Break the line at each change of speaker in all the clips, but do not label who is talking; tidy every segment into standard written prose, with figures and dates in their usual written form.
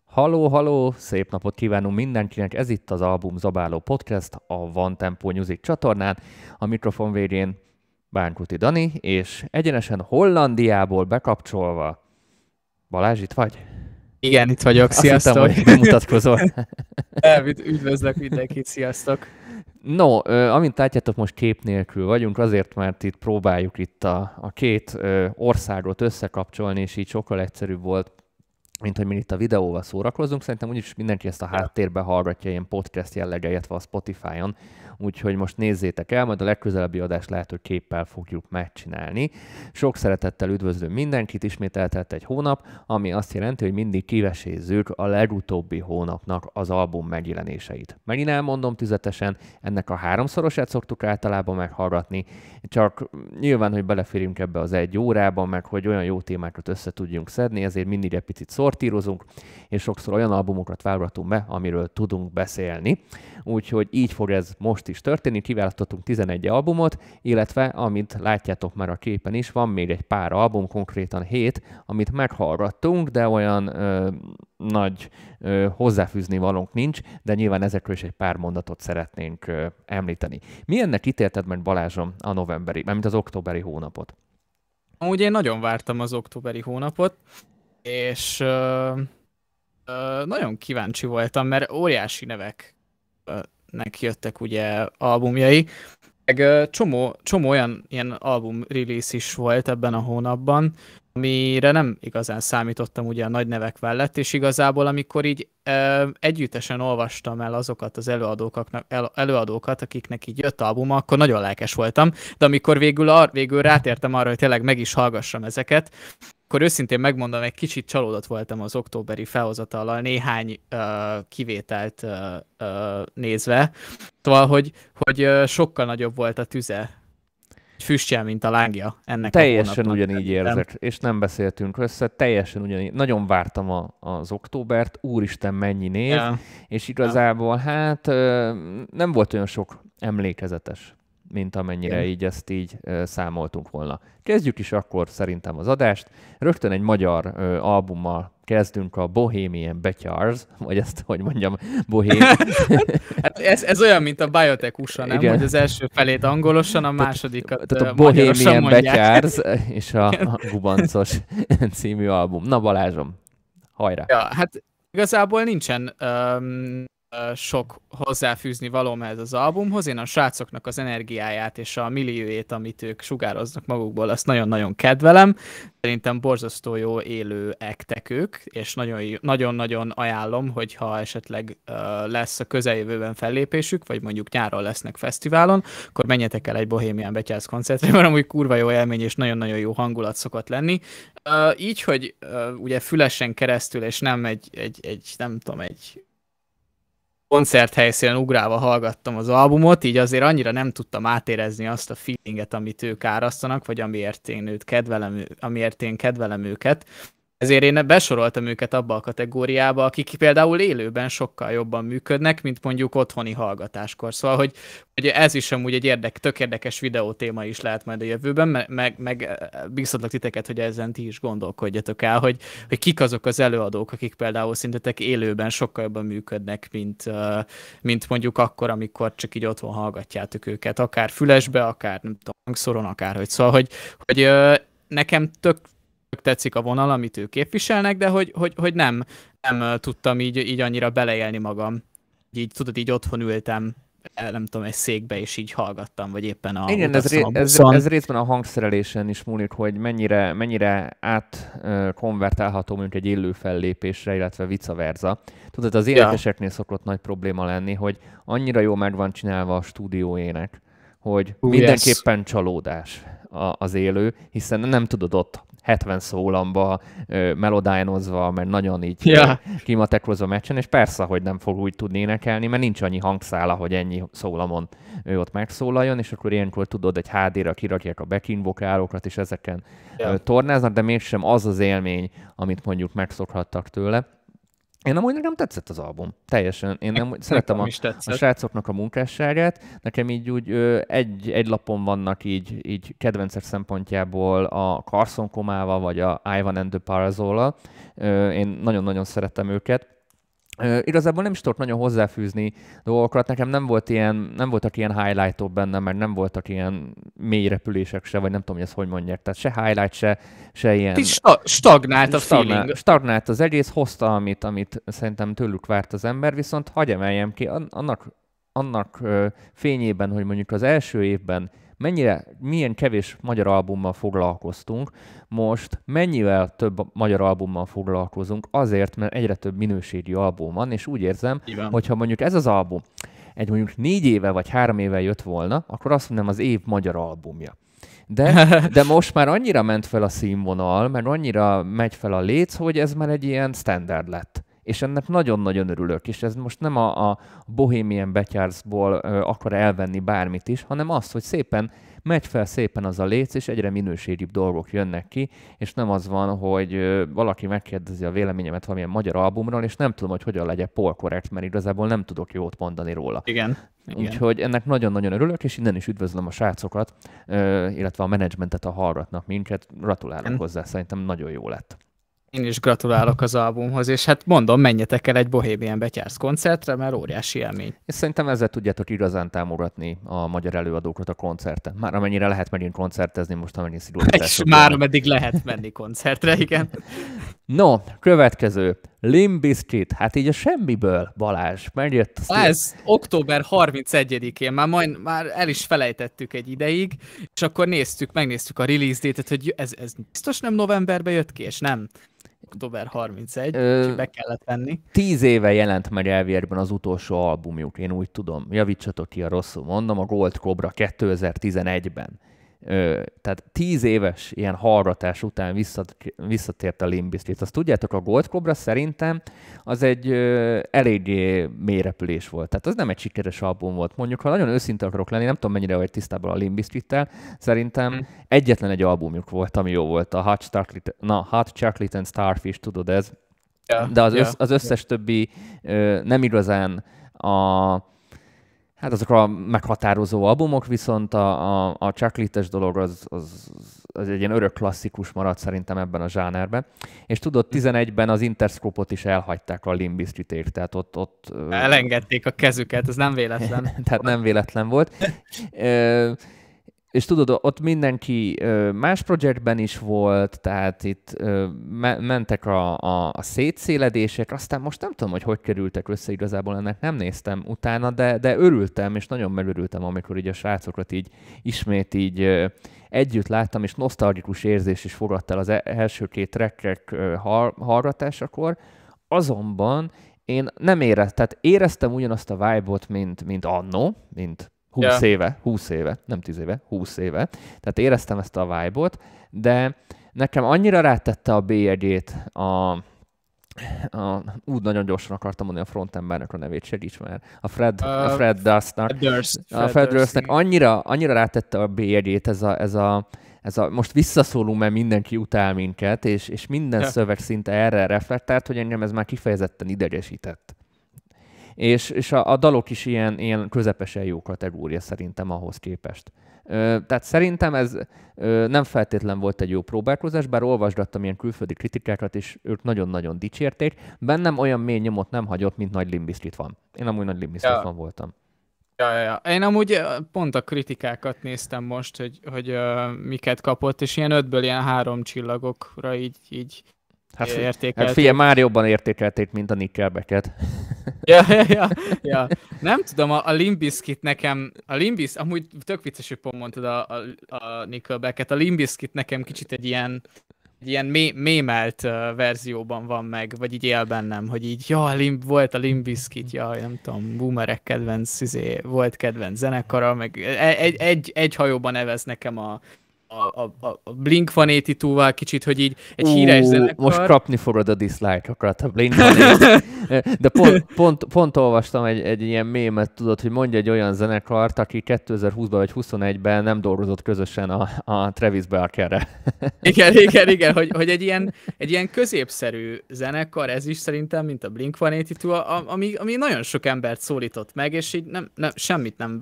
Halló, halló! Szép napot kívánunk mindenkinek! Ez itt az Album Zabáló Podcast, a One Tempo Music csatornán. A mikrofon végén Bánkuti Dani, és egyenesen Hollandiából bekapcsolva. Balázs, itt vagy?
Igen, itt vagyok,
Azt hittem,
sziasztok!
hogy bemutatkozol.
Üdvözlök mindenkit, sziasztok!
No, amint látjátok, most kép nélkül vagyunk, azért, mert itt próbáljuk itt a két országot összekapcsolni, és így sokkal egyszerűbb volt, mint hogy mi itt a videóval szórakozunk. Szerintem úgyis mindenki ezt a háttérbe hallgatja ilyen podcast jelleggel, illetve a Spotify-on. Úgyhogy most nézzétek el, majd a legközelebbi adást lehet, hogy képpel fogjuk megcsinálni. Sok szeretettel üdvözlöm mindenkit, ismét eltelt egy hónap, ami azt jelenti, hogy mindig kivesézzük a legutóbbi hónapnak az album megjelenéseit. Megint elmondom tüzetesen, ennek a háromszorosát szoktuk általában meghallgatni, csak nyilván, hogy beleférjünk ebbe az egy órában, meg hogy olyan jó témákat össze tudjunk szedni, ezért mindig egy picit szortírozunk, és sokszor olyan albumokat válogatunk be, amiről tudunk beszélni. Úgyhogy így fog ez most is történni. Kiválasztottunk 11 albumot, illetve, amit látjátok már a képen is, van még egy pár album, konkrétan 7, amit meghallgattunk, de olyan nagy hozzáfűzni valónk nincs, de nyilván ezekről is egy pár mondatot szeretnénk említeni. Milyennek ítélted meg, Balázsom, a novemberi, mármint az októberi hónapot?
Amúgy én nagyon vártam az októberi hónapot, és nagyon kíváncsi voltam, mert óriási neveknek jöttek ugye albumjai, meg csomó olyan ilyen album release is volt ebben a hónapban, amire nem igazán számítottam ugye a nagy nevek mellett, és igazából amikor így együttesen olvastam el azokat az előadókat, akiknek így jött albuma, akkor nagyon lelkes voltam, de amikor végül rátértem arra, hogy tényleg meg is hallgassam ezeket, akkor őszintén megmondom, egy kicsit csalódott voltam az októberi felhozatallal, néhány kivételt nézve. Szóval, hogy sokkal nagyobb volt a tüze, füstje, mint a lángja ennek
teljesen
a
ugyanígy érzek, és nem beszéltünk össze, teljesen ugyanígy. Nagyon vártam az októbert, úristen mennyi név, és igazából hát nem volt olyan sok emlékezetes, mint amennyire így ezt így számoltunk volna. Kezdjük is akkor szerintem az adást. Rögtön egy magyar albummal kezdünk, a Bohemian Betyars, vagy ezt, hogy mondjam, Bohemian.
Hát ez olyan, mint a Biotech USA, nem? Hogy az első felét angolosan, a másodikat
tehát a Bohemian Betyars és a Gubancos című album. Na Balázsom, hajrá!
Ja, hát igazából nincsen sok hozzáfűzni valóm ez az albumhoz. Én a srácoknak az energiáját és a milliójét, amit ők sugároznak magukból, azt nagyon-nagyon kedvelem. Szerintem borzasztó jó élő ektek ők, és nagyon-nagyon ajánlom, hogyha esetleg lesz a közeljövőben fellépésük, vagy mondjuk nyáron lesznek fesztiválon, akkor menjetek el egy Bohemian Betyars koncertre, mert amúgy kurva jó élmény, és nagyon-nagyon jó hangulat szokott lenni. Így, hogy ugye fülesen keresztül, és nem egy koncerthelyszínen ugrálva hallgattam az albumot, így azért annyira nem tudtam átérezni azt a feelinget, amit ők árasztanak, vagy amiért én kedvelem őket. Ezért én besoroltam őket abba a kategóriába, akik például élőben sokkal jobban működnek, mint mondjuk otthoni hallgatáskor. Szóval, hogy ez is amúgy egy tök érdekes videótéma is lehet majd a jövőben, meg bíztatlak titeket, hogy ezen ti is gondolkodjatok el, hogy kik azok az előadók, akik például szintetek élőben sokkal jobban működnek, mint mondjuk akkor, amikor csak így otthon hallgatjátok őket, akár fülesbe, akár nem tudom, hangszoron, akárhogy. Szóval, hogy nekem tök tetszik a vonal, amit ők képviselnek, de hogy nem tudtam így annyira beleélni magam. Így tudod, így otthon ültem, nem tudom, egy székbe, és így hallgattam, vagy éppen
igen, ez részben a hangszerelésen is múlik, hogy mennyire átkonvertálható mondjuk egy élő fellépésre, illetve vice versa. Tudod, az énekeseknél szokott nagy probléma lenni, hogy annyira jól meg van csinálva a stúdióének, hogy mindenképpen csalódás az élő, hiszen nem tudod ott 70 szólamba melodánozva, mert nagyon így kimatekrozva meccsen, és persze, hogy nem fog úgy tudni énekelni, mert nincs annyi hangszála, hogy ennyi szólamon ő ott megszólaljon, és akkor ilyenkor tudod, egy HD-ra kirakják a backing vokálokat, és ezeken tornáznak, de mégsem az az élmény, amit mondjuk megszokhattak tőle. Én amúgy nekem tetszett az album. Teljesen. Én nem szerettem a srácoknak a munkásságát. Nekem így úgy egy lapon vannak így kedvencek szempontjából a Carson Comával, vagy a Ivan and the Parazola. Én nagyon-nagyon szerettem őket. Igazából nem is tudok nagyon hozzáfűzni dolgokat, nekem nem voltak ilyen highlightok benne, mert nem voltak ilyen mély repülések se, vagy nem tudom, hogy ezt hogy mondják, tehát se highlight, se ilyen...
Stagnált a feeling.
Stagnált az egész, hozta, amit szerintem tőlük várt az ember, viszont hadd emeljem ki annak fényében, hogy mondjuk az első évben milyen kevés magyar albummal foglalkoztunk, most mennyivel több magyar albummal foglalkozunk, azért, mert egyre több minőségi album van, és úgy érzem, hogyha mondjuk ez az album mondjuk 4 éve vagy 3 éve jött volna, akkor azt mondom, az év magyar albumja. De most már annyira ment fel a színvonal, mert annyira megy fel a léc, hogy ez már egy ilyen standard lett. És ennek nagyon-nagyon örülök, és ez most nem a Bohemian Betyársból akar elvenni bármit is, hanem azt, hogy szépen megy fel szépen az a léc, és egyre minőségibb dolgok jönnek ki, és nem az van, hogy valaki megkérdezi a véleményemet valamilyen magyar albumról, és nem tudom, hogy hogyan legyek polkorrekt, mert igazából nem tudok jót mondani róla.
Igen.
Úgyhogy ennek nagyon-nagyon örülök, és innen is üdvözlöm a srácokat, illetve a menedzsmentet, a hallgatnak minket. Gratulálok hozzá, szerintem nagyon jó lett.
Én is gratulálok az albumhoz, és hát mondom, menjetek el egy Bohemian Betyársz koncertre, mert óriási élmény.
És szerintem ezzel tudjátok igazán támogatni a magyar előadókat a koncerten. Már amennyire lehet menni koncertezni, most amennyi szigorítások.
És már ameddig lehet menni koncertre, igen.
No, következő. Limp Bizkit. Hát így a semmiből, Balázs, megjött.
Ez október 31-én, már el is felejtettük egy ideig, és akkor megnéztük a release date-et, hogy ez biztos nem novemberben jött ki, és nem. Október 31, úgyhogy be kellett venni.
10 éve jelent meg elviekben az utolsó albumjuk, én úgy tudom. Javítsatok ki, a rosszul mondom, a Gold Cobra 2011-ben. Tehát 10 éves ilyen hallgatás után visszatért a Limp Bizkit. Azt tudjátok, a Gold Cobra szerintem az egy eléggé mélyrepülés volt. Tehát az nem egy sikeres album volt. Mondjuk, ha nagyon őszinte akarok lenni, nem tudom mennyire vagy tisztában a Limp Bizkittel, szerintem egyetlen egy albumjuk volt, ami jó volt. A Hot Chocolate and Starfish, tudod ez? De az összes többi nem igazán hát azok a meghatározó albumok, viszont a chocolate-es dolog az egy ilyen örök klasszikus maradt szerintem ebben a zsánerben. És tudod, 11-ben az Interscope-ot is elhagyták a Limp Bizkiték, tehát ott
elengedték a kezüket, ez nem véletlen.
Tehát nem véletlen volt. És tudod, ott mindenki más projektben is volt, tehát itt mentek a szétszéledések, aztán most nem tudom, hogy kerültek össze igazából, ennek nem néztem utána, de örültem, és nagyon megörültem, amikor így a srácokat így ismét így együtt láttam, és nosztalgikus érzés is fogadt el az első 2 track hallgatásakor, azonban én nem éreztem ugyanazt a vibe-ot, mint annó, mint 20 éve, nem 10 éve, 20 éve. Tehát éreztem ezt a vibe-ot, de nekem annyira rátette a bélyegét úgy nagyon gyorsan akartam mondani a frontembernek a nevét, segíts már. A Fred Durstnak. A Fred Durstnak annyira rátette a bélyegét ez a most visszaszólunk, mert mindenki utál minket, és minden szöveg szinte erre reflektált, hogy engem ez már kifejezetten idegesített. És a dalok is ilyen közepesen jó kategória szerintem ahhoz képest. Tehát szerintem ez nem feltétlen volt egy jó próbálkozás, bár olvasgattam ilyen külföldi kritikákat, és ők nagyon-nagyon dicsérték. Bennem olyan mély nyomot nem hagyott, mint nagy Limp Bizkit van. Én amúgy nagy Limp Bizkit van voltam.
Ja. Én amúgy pont a kritikákat néztem most, hogy miket kapott, és ilyen 5-ből ilyen 3 csillagokra így értékelték.
Hát figyelj, már jobban értékelték, mint a Nickelbacket.
Ja. Nem tudom, a Limp Bizkit nekem, amúgy tök vicces, hogy pont mondtad a Nickelbacket, a Limp Bizkit nekem kicsit egy ilyen mémelt verzióban van meg, vagy így él bennem, hogy így, volt a Limp Bizkit, nem tudom, boomerek kedvenc, volt kedvenc zenekara, meg egy hajóban nevez nekem a Blink-182-val kicsit, hogy így egy híres zenekar...
Most kapni fogod a dislike-okat, a Blink-182. De pont olvastam egy ilyen mémet, tudod, hogy mondja egy olyan zenekart, aki 2020-ban vagy 2021-ben nem dolgozott közösen a Travis Barkerre.
Igen, hogy egy ilyen középszerű zenekar, ez is szerintem, mint a Blink-182, ami nagyon sok embert szólított meg, és így semmit nem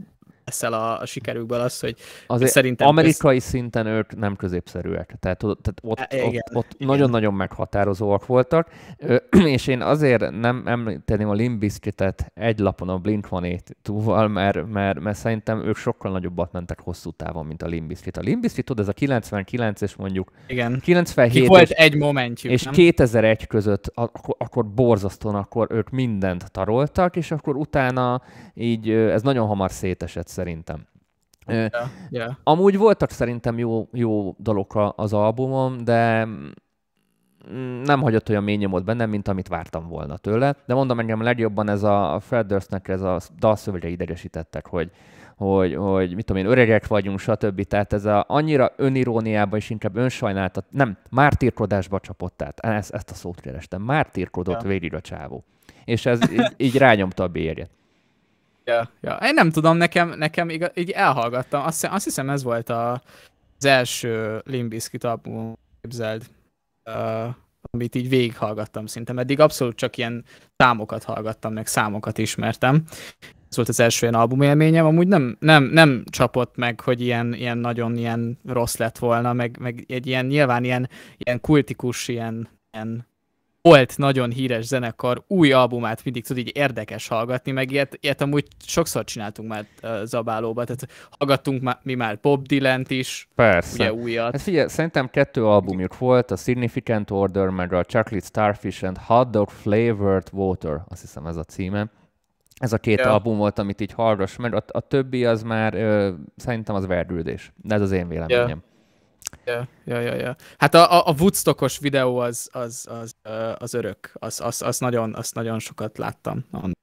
leszel a sikerükből az, hogy
azért
szerintem
amerikai szinten ők nem középszerűek. Tehát ott nagyon-nagyon meghatározóak voltak, és én azért nem említeném a Limp Bizkitet egy lapon a Blink-182-val, mert szerintem ők sokkal nagyobbat mentek hosszú távon, mint a Limp Bizkit. A Limp Bizkit, tudod, ez a 99 és mondjuk
igen.
97
volt egy momentjük,
és
nem?
2001 között akkor borzasztóan, akkor ők mindent taroltak, és akkor utána így ez nagyon hamar szétesett szerintem.
Yeah.
Amúgy voltak szerintem jó dolgok az albumon, de nem hagyott olyan mély nyomot bennem, mint amit vártam volna tőle. De mondom, engem legjobban ez a Fred Durstnek ez a dalszövege idegesítettek, hogy mit tudom én, öregek vagyunk, stb. Tehát ez annyira öniróniában és inkább önsajnáltat, nem, mártírkodásba csapott át. Ezt a szót kerestem. Mártírkodott végig a csávó. És ez így rányomta a bélyegét.
Ja. Én nem tudom, nekem így elhallgattam. Azt hiszem ez volt az első Limp Bizkit album, képzeld, amit így végighallgattam szinte. Eddig abszolút csak ilyen számokat hallgattam, meg számokat ismertem. Ez volt az első ilyen albumélményem. Amúgy nem csapott meg, hogy ilyen nagyon ilyen rossz lett volna, meg egy ilyen nyilván ilyen kultikus, ilyen volt nagyon híres zenekar új albumát mindig tud így érdekes hallgatni, meg ilyet amúgy sokszor csináltunk már zabálóba, tehát hallgattunk mi már Bob Dylant is,
persze.
Ugye újat.
Hát figyelj, szerintem 2 albumjuk volt, a Significant Order, meg a Chocolate Starfish and Hot Dog Flavored Water, azt hiszem ez a címe. Ez a 2 album volt, amit így hallgass meg, a többi az már szerintem az verdüldés, de ez az én véleményem.
Ja. Hát a Woodstockos videó az örök. Azt nagyon sokat láttam.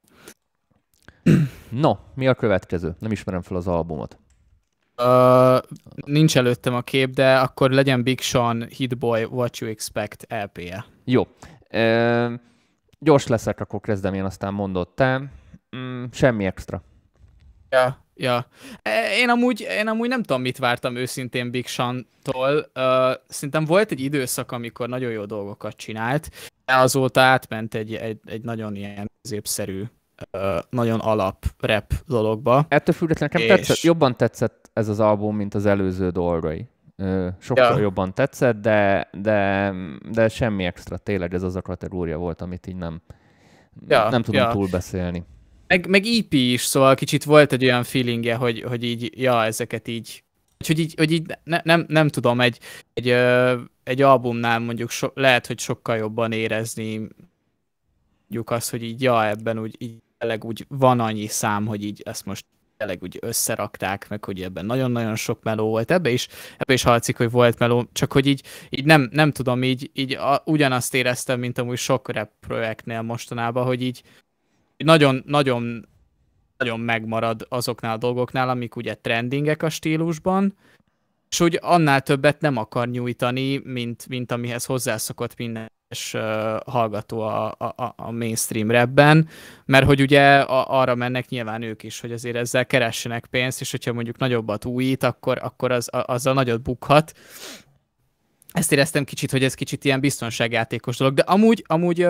No, mi a következő? Nem ismerem fel az albumot.
Nincs előttem a kép, de akkor legyen Big Sean Hit Boy What You Expect LP-je.
Jó. Gyors leszek, akkor kezdem én, aztán mondod te. Semmi extra.
Ja. Én amúgy nem tudom, mit vártam őszintén Big Sean-tól. Szerintem volt egy időszak, amikor nagyon jó dolgokat csinált, de azóta átment egy nagyon ilyen középszerű, nagyon alap rap dologba.
Ettől függetlenül nekem jobban tetszett ez az album, mint az előző dolgai. Sokkal jobban tetszett, de semmi extra. Tényleg ez az a kategória volt, amit így nem tudom túlbeszélni.
Meg EP is, szóval kicsit volt egy olyan feelingje, hogy így, ezeket így, hogy így nem tudom, egy albumnál mondjuk lehet, hogy sokkal jobban érezni mondjuk azt, hogy így, ebben úgy van annyi szám, hogy így ezt most tényleg úgy összerakták, meg hogy ebben nagyon-nagyon sok meló volt. Ebbe is hallatszik, hogy volt meló, csak hogy így nem tudom, így ugyanazt éreztem, mint amúgy sok rap projektnél mostanában, hogy így nagyon megmarad azoknál a dolgoknál, amik ugye trendingek a stílusban, és úgy annál többet nem akar nyújtani, mint amihez hozzászokott minden hallgató a mainstream rapben, mert hogy ugye arra mennek nyilván ők is, hogy azért ezzel keressenek pénzt, és hogyha mondjuk nagyobbat újít, akkor azzal nagyot bukhat. Ezt éreztem kicsit, hogy ez kicsit ilyen biztonságjátékos dolog, de amúgy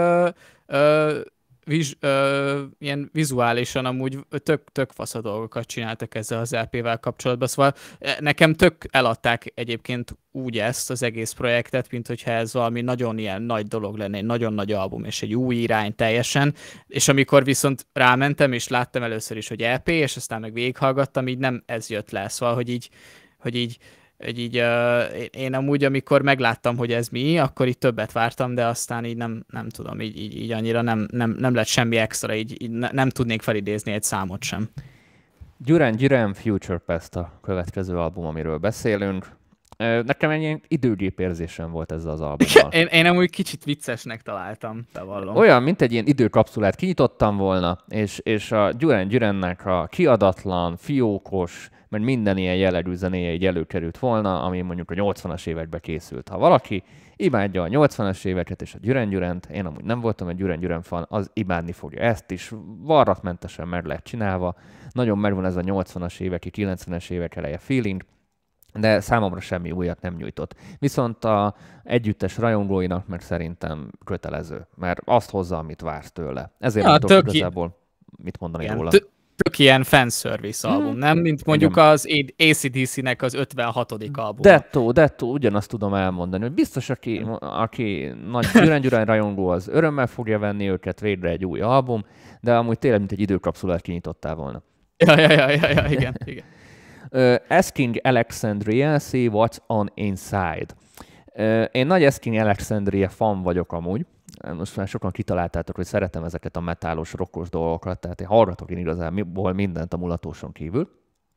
ilyen vizuálisan amúgy tök fasz a dolgokat csináltak ezzel az LP-vel kapcsolatban, szóval nekem tök eladták egyébként úgy ezt az egész projektet, mint hogyha ez valami nagyon ilyen nagy dolog lenne, egy nagyon nagy album, és egy új irány teljesen, és amikor viszont rámentem, és láttam először is, hogy LP, és aztán meg végighallgattam, így nem ez jött le, szóval, hogy így én amúgy, amikor megláttam, hogy ez mi, akkor így többet vártam, de aztán így nem tudom, így annyira nem lett semmi extra, így nem tudnék felidézni egy számot sem.
Duran Duran Future Past a következő album, amiről beszélünk. Nekem egy ilyen időgép érzésem volt ezzel az albummal.
Én amúgy kicsit viccesnek találtam, bevallom.
Olyan, mint egy ilyen időkapszulát kinyitottam volna, és a Duran Durannek a kiadatlan, fiókos, mert minden ilyen jellegű zenéje így előkerült volna, ami mondjuk a 80-as években készült. Ha valaki imádja a 80-as éveket és a Duran Durant, én amúgy nem voltam egy Duran Duran fan, az imádni fogja ezt is, varratmentesen meg lehet csinálva, nagyon megvan ez a 80-as éveki, 90-es évek eleje feeling, de számomra semmi újat nem nyújtott. Viszont a együttes rajongóinak meg szerintem kötelező, mert azt hozza, amit vársz tőle. Ezért nem tudok igazából mit mondani róla.
tök ilyen fanservice album, nem? Mint mondjuk
Igen.
az AC/DC-nek az 56. album.
Dettó, ugyanazt tudom elmondani, hogy biztos, aki nagy Duran rajongó, az örömmel fogja venni őket, végre egy új album, de amúgy tényleg, mint egy időkapszulát kinyitottál volna.
Ja, igen.
Asking Alexandria, see what's on inside. Én nagy Asking Alexandria fan vagyok amúgy. Most már sokan kitaláltátok, hogy szeretem ezeket a metálos, rockos dolgokat, tehát én hallgatok igazából mindent a mulatóson kívül.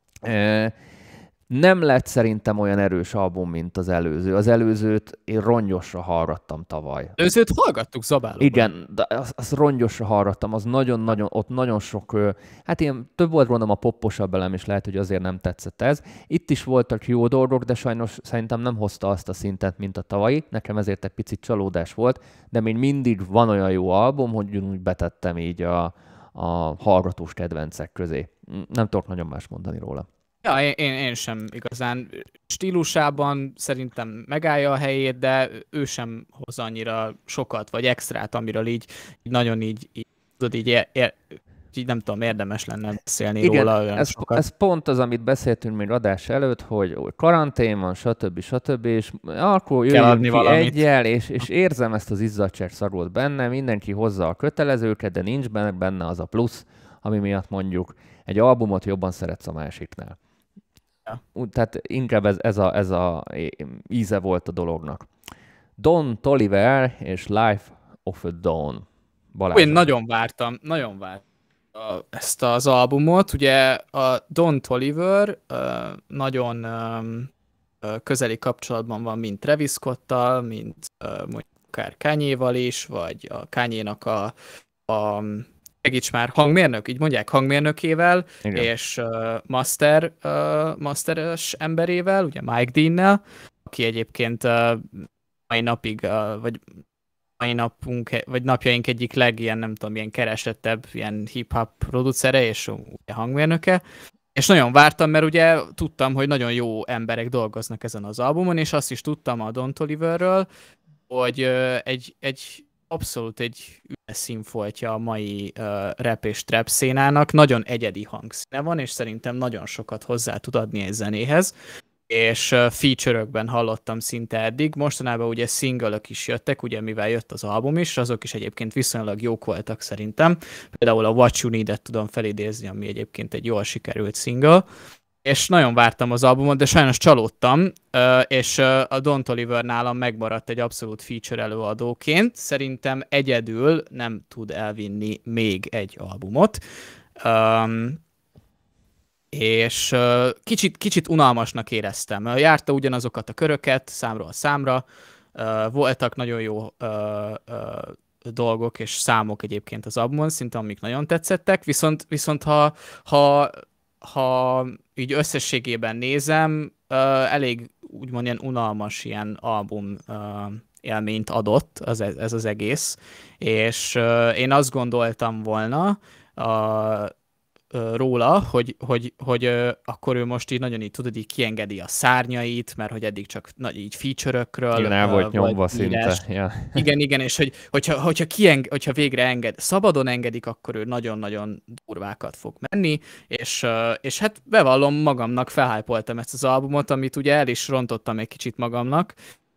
Nem lett szerintem olyan erős album, mint az előző. Az előzőt én rongyosra hallgattam tavaly.
Előzőt hallgattuk Zabálóban.
Igen, de azt rongyosra hallgattam, az nagyon-nagyon, ott nagyon sok, hát ilyen több volt mondom a popposabb elem, és lehet, hogy azért nem tetszett ez. Itt is voltak jó dolgok, de sajnos szerintem nem hozta azt a szintet, mint a tavalyi. Nekem ezért egy picit csalódás volt, de még mindig van olyan jó album, hogy úgy betettem így a hallgatós kedvencek közé. Nem tudok nagyon más mondani róla.
Ja, én sem igazán. Stílusában szerintem megállja a helyét, de ő sem hoz annyira sokat, vagy extrát, amiről így nagyon így nem tudom, érdemes lenne beszélni róla olyan sokat.
Ez pont az, amit beszéltünk még adás előtt, hogy karantén van, stb. És akkor jöjjünk ki egyel, és érzem ezt az izzadságszagot benne, mindenki hozza a kötelezőket, de nincs benne az a plusz, ami miatt mondjuk egy albumot jobban szeretsz a másiknál. Tehát inkább ez a íze volt a dolognak. Don Toliver és Life of a Dawn. Balázs.
Én nagyon vártam ezt az albumot. Ugye a Don Toliver nagyon közeli kapcsolatban van mind Travis Scotttal, mind mondjuk akár Kanye-val is, vagy a Kanye-nak a segíts már, hangmérnök, így mondják, hangmérnökével, igen. És masteres emberével, ugye Mike Dean-nel, aki egyébként mai napig, vagy mai napjaink egyik nem tudom, ilyen keresettebb, ilyen hip-hop producere és hangmérnöke. És nagyon vártam, mert ugye tudtam, hogy nagyon jó emberek dolgoznak ezen az albumon, és azt is tudtam a Don Toliverről, hogy abszolút egy üres színfoltja a mai rap és trap szénának. Nagyon egyedi hangszíne van, és szerintem nagyon sokat hozzá tud adni egy zenéhez. És feature-ökben hallottam szinte eddig. Mostanában ugye single-ök is jöttek, ugye mivel jött az album is, azok is egyébként viszonylag jók voltak szerintem. Például a What You Need-et tudom felidézni, ami egyébként egy jól sikerült single. És nagyon vártam az albumot, de sajnos csalódtam, és a Don Toliver nálam megmaradt egy abszolút feature előadóként. Szerintem egyedül nem tud elvinni még egy albumot. És kicsit unalmasnak éreztem. Járta ugyanazokat a köröket számról számra, voltak nagyon jó dolgok és számok egyébként az albumon, szinte amik nagyon tetszettek, viszont ha így összességében nézem, elég úgymond ilyen unalmas ilyen album élményt adott ez az egész, és én azt gondoltam volna róla, hogy akkor ő most így nagyon így tudod, így kiengedi a szárnyait, mert hogy eddig csak így feature-ökről.
Igen, el volt nyomva szinte. Ja.
Igen, és hogyha végre szabadon engedik, akkor ő nagyon-nagyon durvákat fog menni, és hát bevallom magamnak, felhypoltam ezt az albumot, amit ugye el is rontottam egy kicsit magamnak.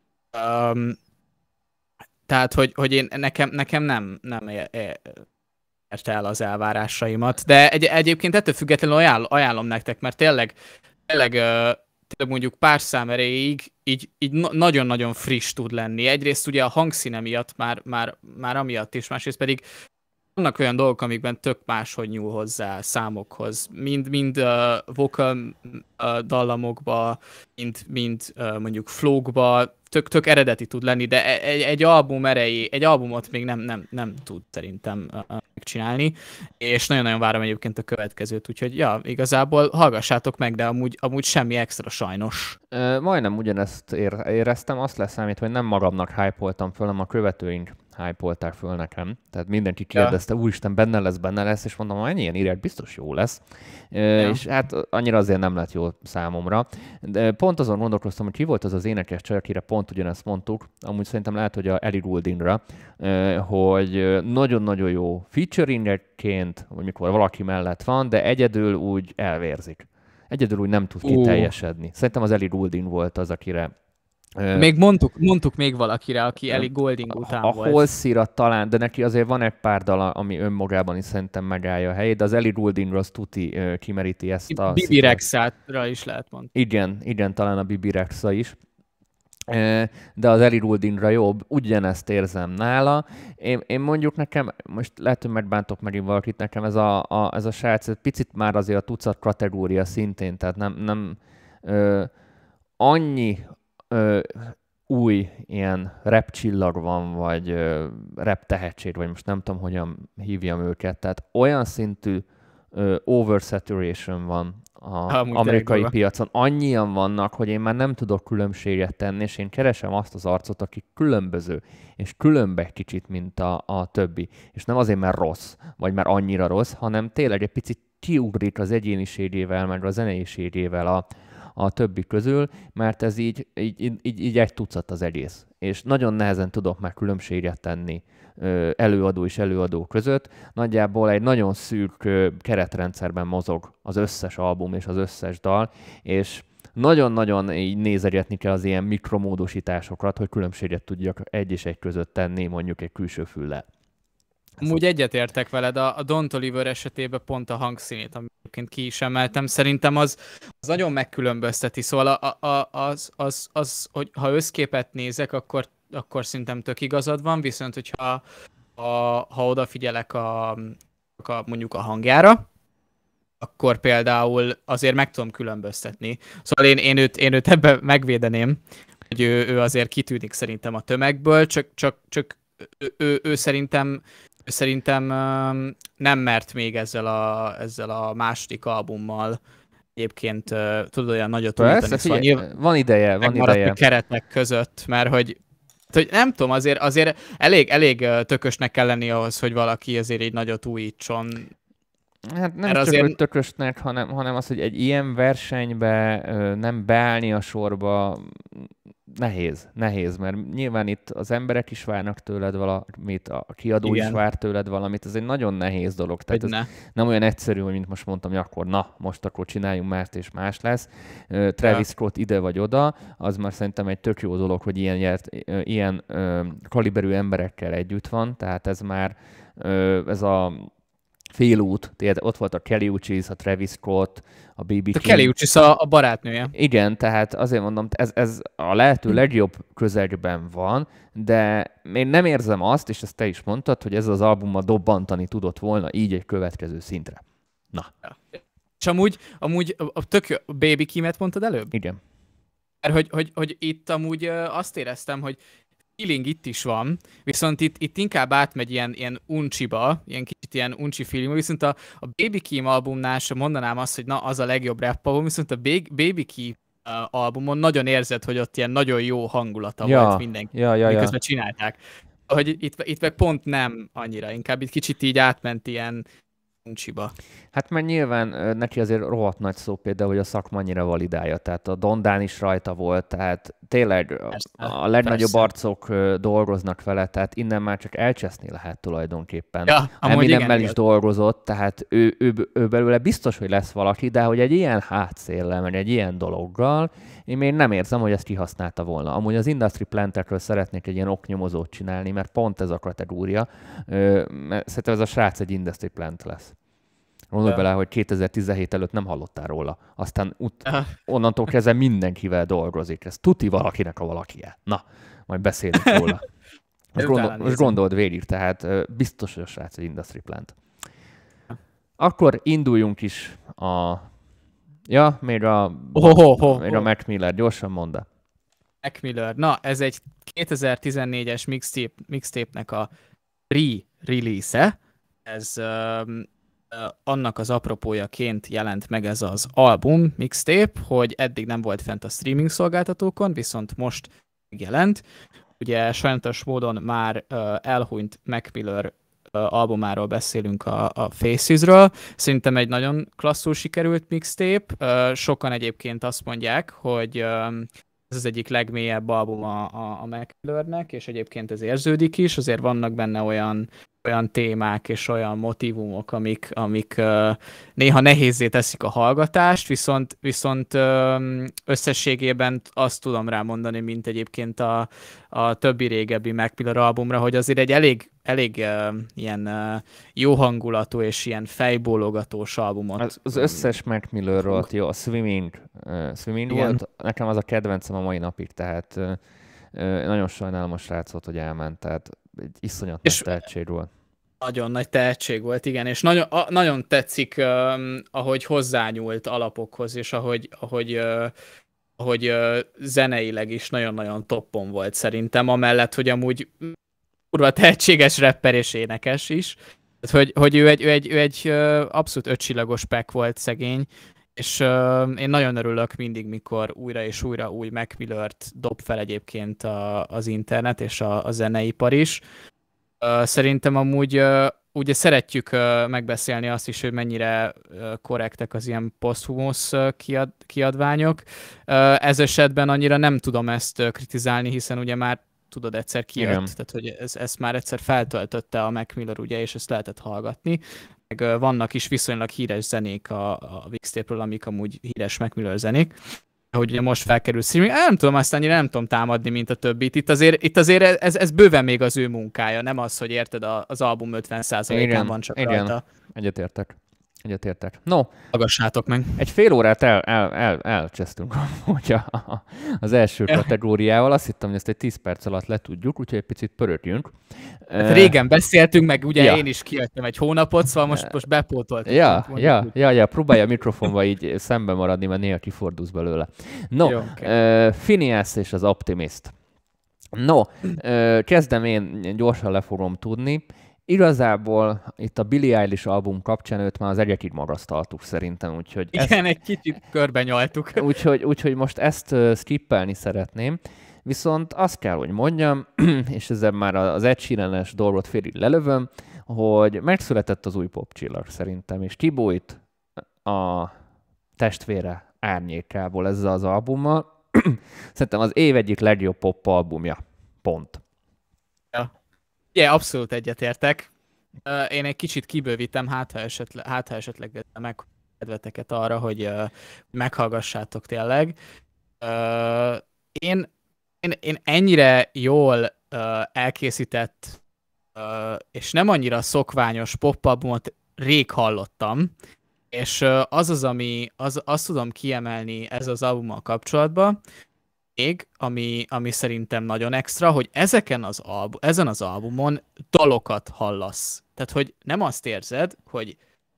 Tehát, hogy nekem nem érte el az elvárásaimat, de egyébként ettől függetlenül ajánlom nektek, mert tényleg mondjuk pár szám erejéig így nagyon-nagyon friss tud lenni. Egyrészt ugye a hangszíne miatt már amiatt is, másrészt pedig vannak olyan dolgok, amikben tök máshogy nyúl hozzá számokhoz. Mind vocal dallamokba, mind mondjuk flowkba, tök eredeti tud lenni, de egy albumot még nem tud szerintem megcsinálni, és nagyon-nagyon várom egyébként a következőt, úgyhogy ja, igazából hallgassátok meg, de amúgy semmi extra sajnos.
Majdnem ugyanezt éreztem, azt leszámítva, hogy nem magamnak hype-oltam föl, hanem a követőink hype-olták föl nekem. Tehát mindenki kérdezte, úristen, benne lesz, és mondom, ennyi ilyen írják, biztos jó lesz. És hát annyira azért nem lett jó számomra. De pont azon gondolkoztam, hogy ki volt az az énekes csaj, akire pont ugyanezt mondtuk. Amúgy szerintem lehet, hogy a Ellie Gouldingra, hogy nagyon-nagyon jó featuringként, vagy mikor valaki mellett van, de egyedül úgy elvérzik. Egyedül úgy nem tud kiteljesedni. Szerintem az Ellie Goulding volt az, akire...
Még mondtuk még valakire, aki Ellie Goulding után volt.
A Halsey-ra talán, de neki azért van egy pár dala, ami önmagában is szerintem megállja a helyét, de az Ellie Gouldingra az tuti kimeríti ezt a...
Bibi Rexátra is lehet mondani.
Igen, talán a Bibi Rexa is. De az Ellie Gouldingra jobb, ugyanezt érzem nála. Én mondjuk nekem, most lehet, hogy megbántok megint valakit, nekem ez a srác, ez picit már azért a tucat kategória szintén, tehát nem annyi új ilyen rap csillag van, vagy rap tehetség, vagy most nem tudom, hogyan hívjam őket, tehát olyan szintű oversaturation van az amerikai piacon. Annyian vannak, hogy én már nem tudok különbséget tenni, és én keresem azt az arcot, aki különböző, és különbe kicsit, mint a többi. És nem azért, mert rossz, vagy mert annyira rossz, hanem tényleg egy picit kiugrik az egyéniségével, meg a zeneiségével a többi közül, mert ez így egy tucat az egész. És nagyon nehezen tudok már különbséget tenni előadó és előadó között. Nagyjából egy nagyon szűk keretrendszerben mozog az összes album és az összes dal, és nagyon-nagyon így nézegetni kell az ilyen mikromódosításokat, hogy különbséget tudjak egy és egy között tenni, mondjuk egy külső füllel.
Amúgy egyetértek veled, a Don't Oliver esetében pont a hangszínét, amit ki is emeltem, szerintem az nagyon megkülönbözteti, szóval hogy ha összképet nézek, akkor szerintem tök igazad van, viszont hogyha ha odafigyelek mondjuk a hangjára, akkor például azért meg tudom különböztetni. Szóval én őt ebben megvédeném, hogy ő azért kitűnik szerintem a tömegből, csak ő szerintem nem mert még ezzel a második albummal egyébként tudod olyan nagyot újítani.
Szóval van ideje.
A keretek között, mert hogy nem tudom, azért elég tökösnek kell lenni ahhoz, hogy valaki azért egy nagyot újítson.
Hát nem csak azért... hogy tökösnek, hanem az, hogy egy ilyen versenybe nem beállni a sorba, nehéz, mert nyilván itt az emberek is várnak tőled valamit, a kiadó is vár tőled valamit, ez egy nagyon nehéz dolog. Tehát ez nem olyan egyszerű, mint most mondtam, hogy most akkor csináljunk mást és más lesz. Travis Scott ide vagy oda, az már szerintem egy tök jó dolog, hogy ilyen kaliberű emberekkel együtt van, tehát ez már ez a félút, tehát ott volt a Kelly Uchis, a Travis Scott, a B.B. King.
A Kelly Uchis a barátnője.
Igen, tehát azért mondom, ez a lehető legjobb közegben van, de én nem érzem azt, és ezt te is mondtad, hogy ez az albummal dobbantani tudott volna így egy következő szintre. Na.
És amúgy a Baby Kimet mondtad előbb?
Igen.
Mert hogy itt amúgy azt éreztem, hogy feeling itt is van, viszont itt inkább átmegy ilyen uncsiba, ilyen kicsit ilyen uncsi feeling, viszont a Baby Keem albumnál sem mondanám azt, hogy na, az a legjobb rap album, viszont a Baby Keem albumon nagyon érzed, hogy ott ilyen nagyon jó hangulata volt mindenki, miközben csinálták. Hogy itt meg pont nem annyira, inkább itt kicsit így átment ilyen uncsiba.
Hát mert nyilván neki azért rohadt nagy szó például, hogy a szakma annyira validálja, tehát a Dondán is rajta volt, tehát tényleg a legnagyobb arcok dolgoznak vele, tehát innen már csak elcseszni lehet tulajdonképpen. Ja, Eminemmel is dolgozott, tehát ő belőle biztos, hogy lesz valaki, de hogy egy ilyen hátszéllel, meg egy ilyen dologgal, én még nem érzem, hogy ezt kihasználta volna. Amúgy az Industry Plantekről szeretnék egy ilyen oknyomozót csinálni, mert pont ez a kategória. Szerintem ez a srác egy Industry Plant lesz. Gondolj bele, hogy 2017 előtt nem hallottál róla. Aztán onnantól kezdve mindenkivel dolgozik. Ez tuti valakinek a valakie. Na, majd beszélünk róla. Most gondold végig, tehát biztos, hogy a srác egy Industry Plant. Akkor induljunk is még a Mac Miller. Gyorsan mondd.
Mac Miller. Na, ez egy 2014-es mixtape-nek a re-release-e. Ez annak az apropójaként jelent meg ez az album, mixtape, hogy eddig nem volt fent a streaming szolgáltatókon, viszont most jelent. ugye sajnálatos módon már elhunyt Mac Miller albumáról beszélünk, a Facesről. Szerintem egy nagyon klasszul sikerült mixtape. Sokan egyébként azt mondják, hogy ez az egyik legmélyebb album a Mac Millernek, és egyébként ez érződik is. Azért vannak benne olyan témák és olyan motívumok, amik néha nehézzé teszik a hallgatást, viszont összességében azt tudom rámondani, mint egyébként a többi régebbi Mac Miller albumra, hogy azért egy elég ilyen jó hangulatú és ilyen fejbólogatós albumot.
Az összes Mac Miller volt jó, a Swimming volt, nekem az a kedvencem a mai napig, tehát nagyon sajnálom a srácot, hogy elment, tehát egy iszonyat nagy tehetség volt.
Nagyon nagy tehetség volt, igen, és nagyon tetszik, ahogy hozzányúlt alapokhoz, és ahogy zeneileg is nagyon-nagyon toppon volt szerintem, amellett, hogy amúgy kurva tehetséges rapper és énekes is. Hogy ő egy abszolút ötcsillagos pack volt szegény, és én nagyon örülök mindig, mikor újra és újra új Mac Millert dob fel egyébként az internet és a zeneipar is. Szerintem amúgy ugye szeretjük megbeszélni azt is, hogy mennyire korrektek az ilyen poszthumusz kiadványok. Ez esetben annyira nem tudom ezt kritizálni, hiszen ugye már tudod, egyszer kijött, tehát hogy ezt már egyszer feltöltötte a Mac Miller, ugye, és ezt lehetett hallgatni. Meg vannak is viszonylag híres zenék a mixtape-ről, amik amúgy híres Mac Miller zenék. Hogy ugye most felkerül streaming, nem tudom, azt annyira nem tudom támadni, mint a többit. Itt azért ez bőven még az ő munkája, nem az, hogy érted, az album 50%-án van csak rajta.
Egyetértek. No,
hallgassátok meg.
Egy fél órát elcsesztünk az első kategóriával. Azt hittem, hogy ezt egy 10 perc alatt letudjuk, úgyhogy egy picit pörögjünk.
Hát régen beszéltünk, meg ugye én is kiadtam egy hónapot, szóval most bepótoltuk.
Ja, próbálja a mikrofonba így szembe maradni, mert néha kifordulsz belőle. No, jó, okay. Phineas és az Optimist. No, kezdem én, gyorsan le fogom tudni. Igazából itt a Billie Eilish album kapcsán őt már az egyekig magasztaltuk szerintem, úgyhogy...
Igen, egy kicsit körbenyaltuk.
Úgyhogy most ezt skippelni szeretném. Viszont azt kell, hogy mondjam, és ezzel már az Ed Sheeran-es dolgot félig lelövöm, hogy megszületett az új popcsillag szerintem, és Thibaut a testvére árnyékából ezzel az albummal. Szerintem az év egyik legjobb pop albumja. Pont.
Ja, abszolút egyetértek. Én egy kicsit kibővítem, hát ha esetleg megkedveteket arra, hogy meghallgassátok tényleg. Én ennyire jól elkészített és nem annyira szokványos pop-albumot rég hallottam, és azt tudom kiemelni ez az albummal kapcsolatban, még, ami szerintem nagyon extra, hogy ezen az albumon dalokat hallasz. Tehát, hogy nem azt érzed, hogy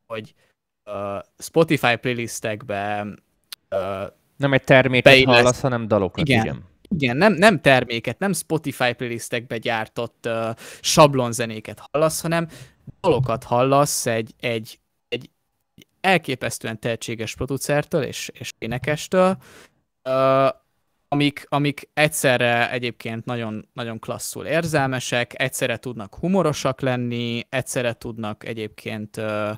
Spotify playlistekben
nem egy terméket hallasz, hanem dalokat.
Igen, nem terméket, nem Spotify playlistekbe gyártott sablonzenéket hallasz, hanem dalokat hallasz egy elképesztően tehetséges producertől és énekestől, amik egyszerre egyébként nagyon, nagyon klasszul érzelmesek, egyszerre tudnak humorosak lenni, egyszerre tudnak egyébként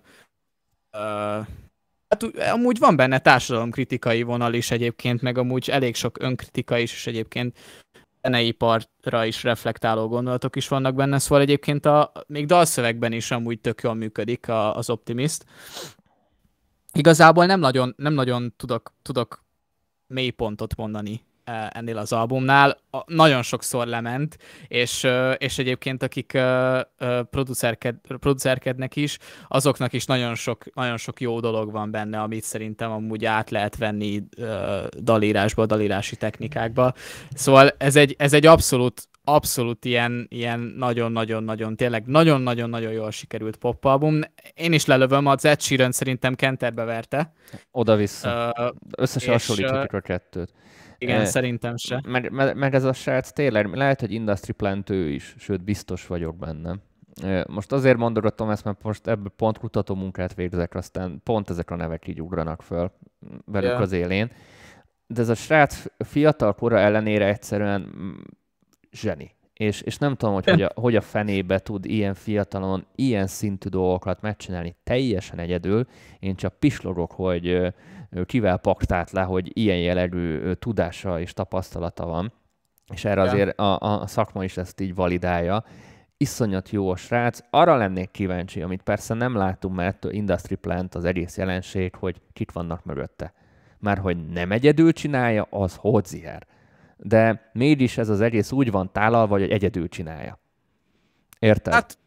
hát amúgy van benne társadalomkritikai vonal is egyébként, meg amúgy elég sok önkritika is, és egyébként zeneiparra is reflektáló gondolatok is vannak benne, szóval egyébként még dalszövegben is amúgy tök jól működik az Optimist. Igazából nem nagyon tudok mélypontot mondani ennél az albumnál. Nagyon sokszor lement, és egyébként akik producerkednek is, azoknak is nagyon sok jó dolog van benne, amit szerintem amúgy át lehet venni dalírásba, dalírási technikákba. Szóval ez egy abszolút ilyen nagyon-nagyon-nagyon, tényleg nagyon-nagyon-nagyon jól sikerült popalbum. Én is lelövöm, az Ed Sheeran szerintem kenterbe verte.
Oda-vissza. Összesen hasonlítjuk a kettőt.
Igen, szerintem se.
Meg ez a srác tényleg, lehet, hogy industry plant ő is, sőt biztos vagyok benne. Most azért mondogatom ezt, mert most ebből pont kutató munkát végzek, aztán pont ezek a nevek így ugranak föl velük az élén. De ez a srác fiatal kora ellenére egyszerűen zseni. És nem tudom, hogy a fenébe tud ilyen fiatalon, ilyen szintű dolgokat megcsinálni teljesen egyedül. Én csak pislogok, hogy kivel paktált le, hogy ilyen jellegű tudása és tapasztalata van. És erre azért a szakma is ezt így validálja. Iszonyat jó a srác. Arra lennék kíváncsi, amit persze nem látunk, mert Industry Plant az egész jelenség, hogy kik vannak mögötte. Már hogy nem egyedül csinálja, az hodziher. De mégis ez az egész úgy van tálalva, hogy egyedül csinálja. Érted?
Hát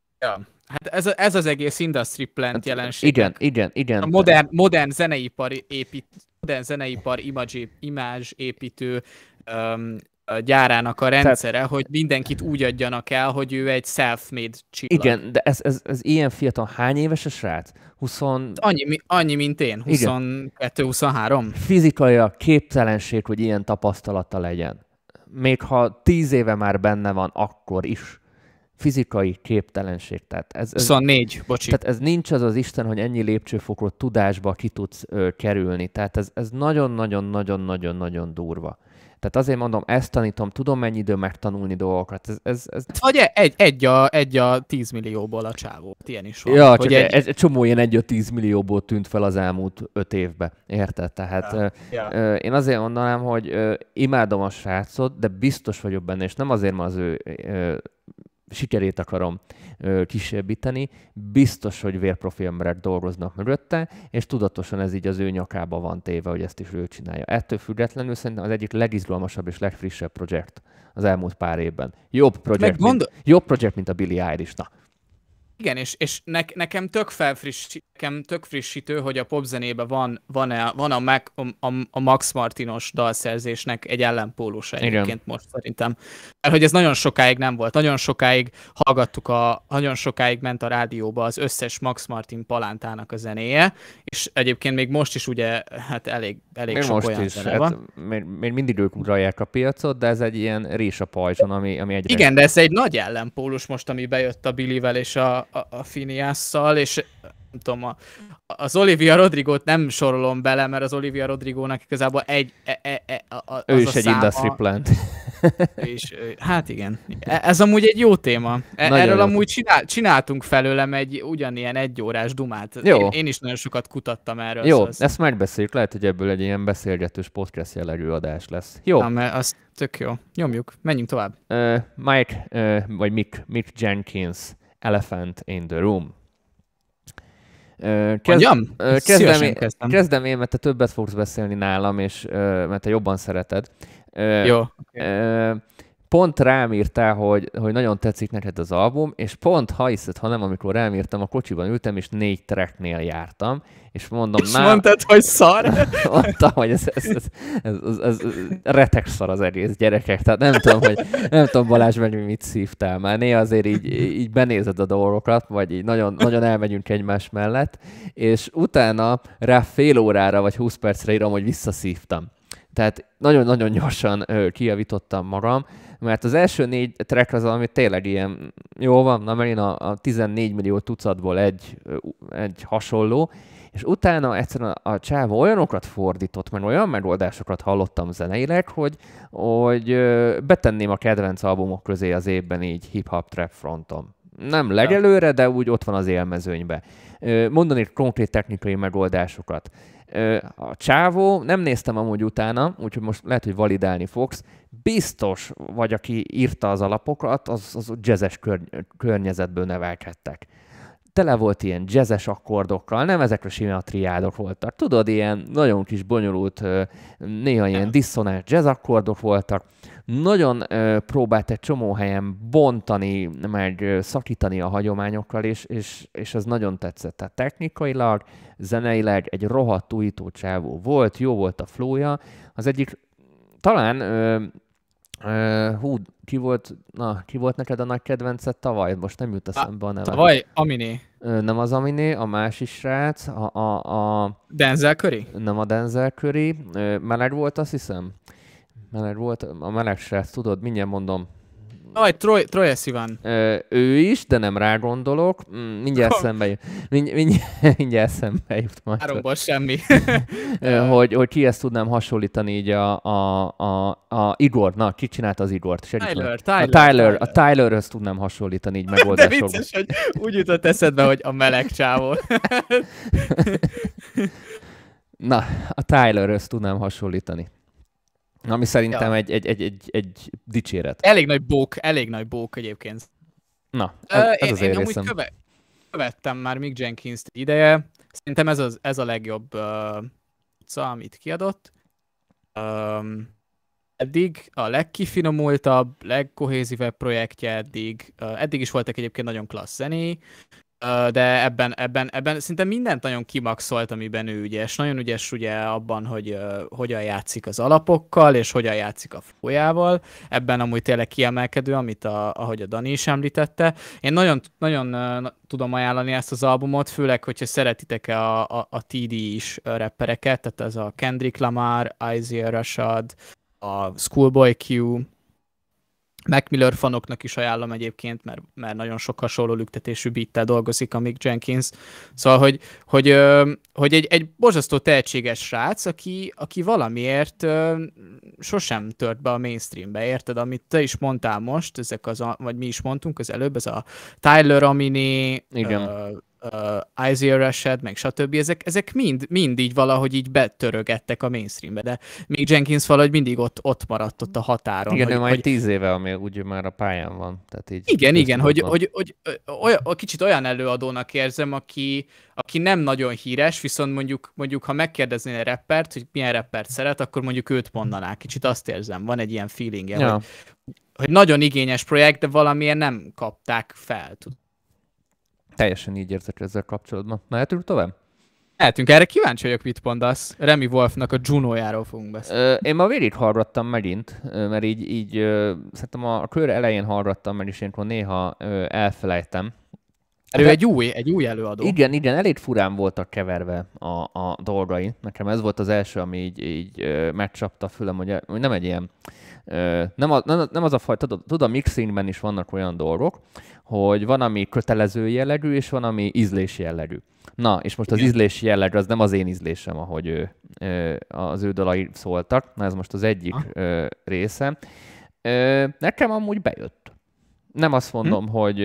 ez az egész Industry Plant jelenség.
Igen.
A modern zeneipar image építő gyárának a rendszere, hogy mindenkit úgy adjanak el, hogy ő egy self-made csillag.
Igen, de ez ilyen fiatal. Hány éves a srác? 20...
Annyi, mint én. 22-23.
Fizikailag képtelenség, hogy ilyen tapasztalata legyen. Még ha 10 éve már benne van, akkor is. Fizikai képtelenség. Tehát
24, bocsi.
Tehát ez nincs az Isten, hogy ennyi lépcsőfokról tudásba ki tudsz kerülni. Tehát ez nagyon-nagyon-nagyon-nagyon-nagyon durva. Tehát azért mondom, ezt tanítom, tudom mennyi idő megtanulni dolgokat.
Vagy egy a 10 millióból a csávó. Ilyen is van.
Ja, csak egy csomó ilyen 1-10 millióból tűnt fel az elmúlt 5 évben. Érted? Tehát én azért mondanám, hogy imádom a srácot, de biztos vagyok benne, és nem azért, mert az ő sikerét akarom kisebbíteni, biztos, hogy vérprofi emberek dolgoznak mögötte, és tudatosan ez így az ő nyakába van téve, hogy ezt is ő csinálja. Ettől függetlenül szerintem az egyik legizgalmasabb és legfrissebb projekt az elmúlt pár évben. Jobb projekt, mint a Billie Eilish. Na.
Igen, és nekem tök frissítő, hogy a popzenében van a Max Martinos dalszerzésnek egy ellenpólusa egyébként most szerintem. Mert hogy ez nagyon sokáig nem volt. Nagyon sokáig nagyon sokáig ment a rádióba az összes Max Martin palántának a zenéje, és egyébként még most is ugye hát elég sok olyan zene van.
Még mindig ők uralják a piacot, de ez egy ilyen rés a pajzson, ami egyre...
Igen, de ez egy nagy ellenpólus most, ami bejött a Billyvel és a Phineasszal, és nem tudom, az Olivia Rodrigo-t nem sorolom bele, mert az Olivia Rodrigo-nak igazából
ő is egy Industry Plant.
Hát igen. Ez amúgy egy jó téma. Erről jó. Amúgy csináltunk felőlem egy ugyanilyen egyórás dumát. Én is nagyon sokat kutattam erről.
Jó, ezt megbeszéljük. Lehet, hogy ebből egy ilyen beszélgetős podcast jellegű adás lesz. Jó.
Na, mert az tök jó. Nyomjuk. Menjünk tovább.
Mick Jenkins, Elephant in the Room. Kezdem én, mert te többet fogsz beszélni nálam, és mert te jobban szereted.
Jó.
Pont rám írtál, hogy nagyon tetszik neked az album, és pont, ha hiszed, ha nem, amikor rám írtam, a kocsiban ültem, és 4 tracknél jártam, és mondom...
És mondtad, hogy szar?
Mondtam, hogy ez retek szar az egész, gyerekek. Tehát nem tudom Balázs, mit szívtál már. Néha azért így benézed a dolgokat, vagy így nagyon, nagyon elmegyünk egymás mellett, és utána rá fél órára, vagy 20 percre írom, hogy visszaszívtam. Tehát nagyon-nagyon gyorsan kijavítottam magam, mert az első 4 track az, ami tényleg ilyen jó van, na mert én a 14 millió tucatból egy hasonló, és utána egyszerűen a csávó olyanokat fordított, meg olyan megoldásokat hallottam zeneileg, hogy betenném a kedvenc albumok közé az évben így hip-hop trap fronton. Nem legelőre, de úgy ott van az élmezőnybe. Mondani konkrét technikai megoldásokat. A csávó, nem néztem amúgy utána, úgyhogy most lehet, hogy validálni fogsz. Biztos, vagy aki írta az alapokat, az jazzes környezetből nevelkedtek. Tele volt ilyen jazzes akkordokkal, nem ezek a sima triádok voltak. Tudod, ilyen nagyon kis bonyolult, néha ilyen diszonáns jazz akkordok voltak. Nagyon próbált egy csomó helyen bontani, meg szakítani a hagyományokkal, és ez nagyon tetszett. Tehát technikailag, zeneileg egy rohadt újító csávó volt, jó volt a flowja. Az egyik, talán, ki volt neked a nagy kedvenced tavaly? Most nem jut eszembe a neve.
Tavaly Aminé.
Nem az Aminé, a másik srác.
Denzel Curry?
Nem a Denzel Curry. Meleg volt, azt hiszem. Meleg volt, a meleg srác, tudod, mindjárt mondom.
Troye Sivan.
Ő is, de nem rá gondolok. Mindjárt szembe jut. Mindjárt szembe jut majd.
Háromból semmi.
hogy kihez tudnám hasonlítani így a Igor. Na, ki csinálta az Igort?
Tyler.
A Tylerhöz tudnám hasonlítani így
De
megoldásokban.
vicces, hogy úgy jutott eszedbe, hogy a meleg csávó.
Na, a Tylerhöz tudnám hasonlítani. Ami szerintem egy dicséret.
Elég nagy bók egyébként.
Na, ez az én
én
részem.
amúgy követtem már Mick Jenkins-t ideje. Szerintem ez a legjobb amit kiadott. Eddig a legkifinomultabb, legkohézívebb projektje eddig. Eddig is voltak egyébként nagyon klassz zenéi, de ebben szinte mindent nagyon kimaxolt, amiben ő ügyes. Nagyon ügyes ugye abban, hogy hogyan játszik az alapokkal, és hogyan játszik a flowjával. Ebben amúgy tényleg kiemelkedő, ahogy a Dani is említette. Én nagyon tudom ajánlani ezt az albumot, főleg, hogyha szeretitek a TD is rappereket, tehát ez a Kendrick Lamar, Isaiah Rashad, a Schoolboy Q, Mac Miller fanoknak is ajánlom egyébként, mert nagyon sok hasonló lüktetésű beattel dolgozik a Mick Jenkins. Szóval, hogy egy borzasztó tehetséges srác, aki valamiért sosem tört be a mainstreambe, érted? Amit te is mondtál most, vagy mi is mondtunk az előbb, ez a Tyler Amini, Isaiah Rashad, meg stb. Ezek mind így valahogy így betörögettek a mainstreambe, de Mick Jenkins valahogy mindig ott maradt ott a határon.
Igen, ő majd 10 éve, ami úgy már a pályán van. Tehát így
igen, hogy kicsit olyan előadónak érzem, aki nem nagyon híres, viszont mondjuk ha megkérdeznél egy rappert, hogy milyen rappert szeret, akkor mondjuk őt mondaná. Kicsit azt érzem, van egy ilyen feelingje, hogy nagyon igényes projekt, de valamiért nem kapták fel.
Teljesen így érzek ezzel kapcsolatban. Mehetünk tovább?
Mehetünk. Erre kíváncsi vagyok, mit mondasz. Remy Wolfnak a Juno-járól fogunk beszélni.
Én ma végig hallgattam megint, mert így szerintem a kör elején hallgattam, mert is én néha elfelejtem.
Ő egy új előadó.
Igen, elég furán voltak keverve a dolgai. Nekem ez volt az első, ami így megcsapta a fülem, hogy nem egy ilyen... Nem az a fajta, tudod, a mixingben is vannak olyan dolgok, hogy van, ami kötelező jellegű, és van, ami ízlés jellegű. Na, és most az ízlési jellegű, az nem az én ízlésem, ahogy az ő dalai szóltak. Na, ez most az egyik része. Nekem amúgy bejött. Nem azt mondom, hogy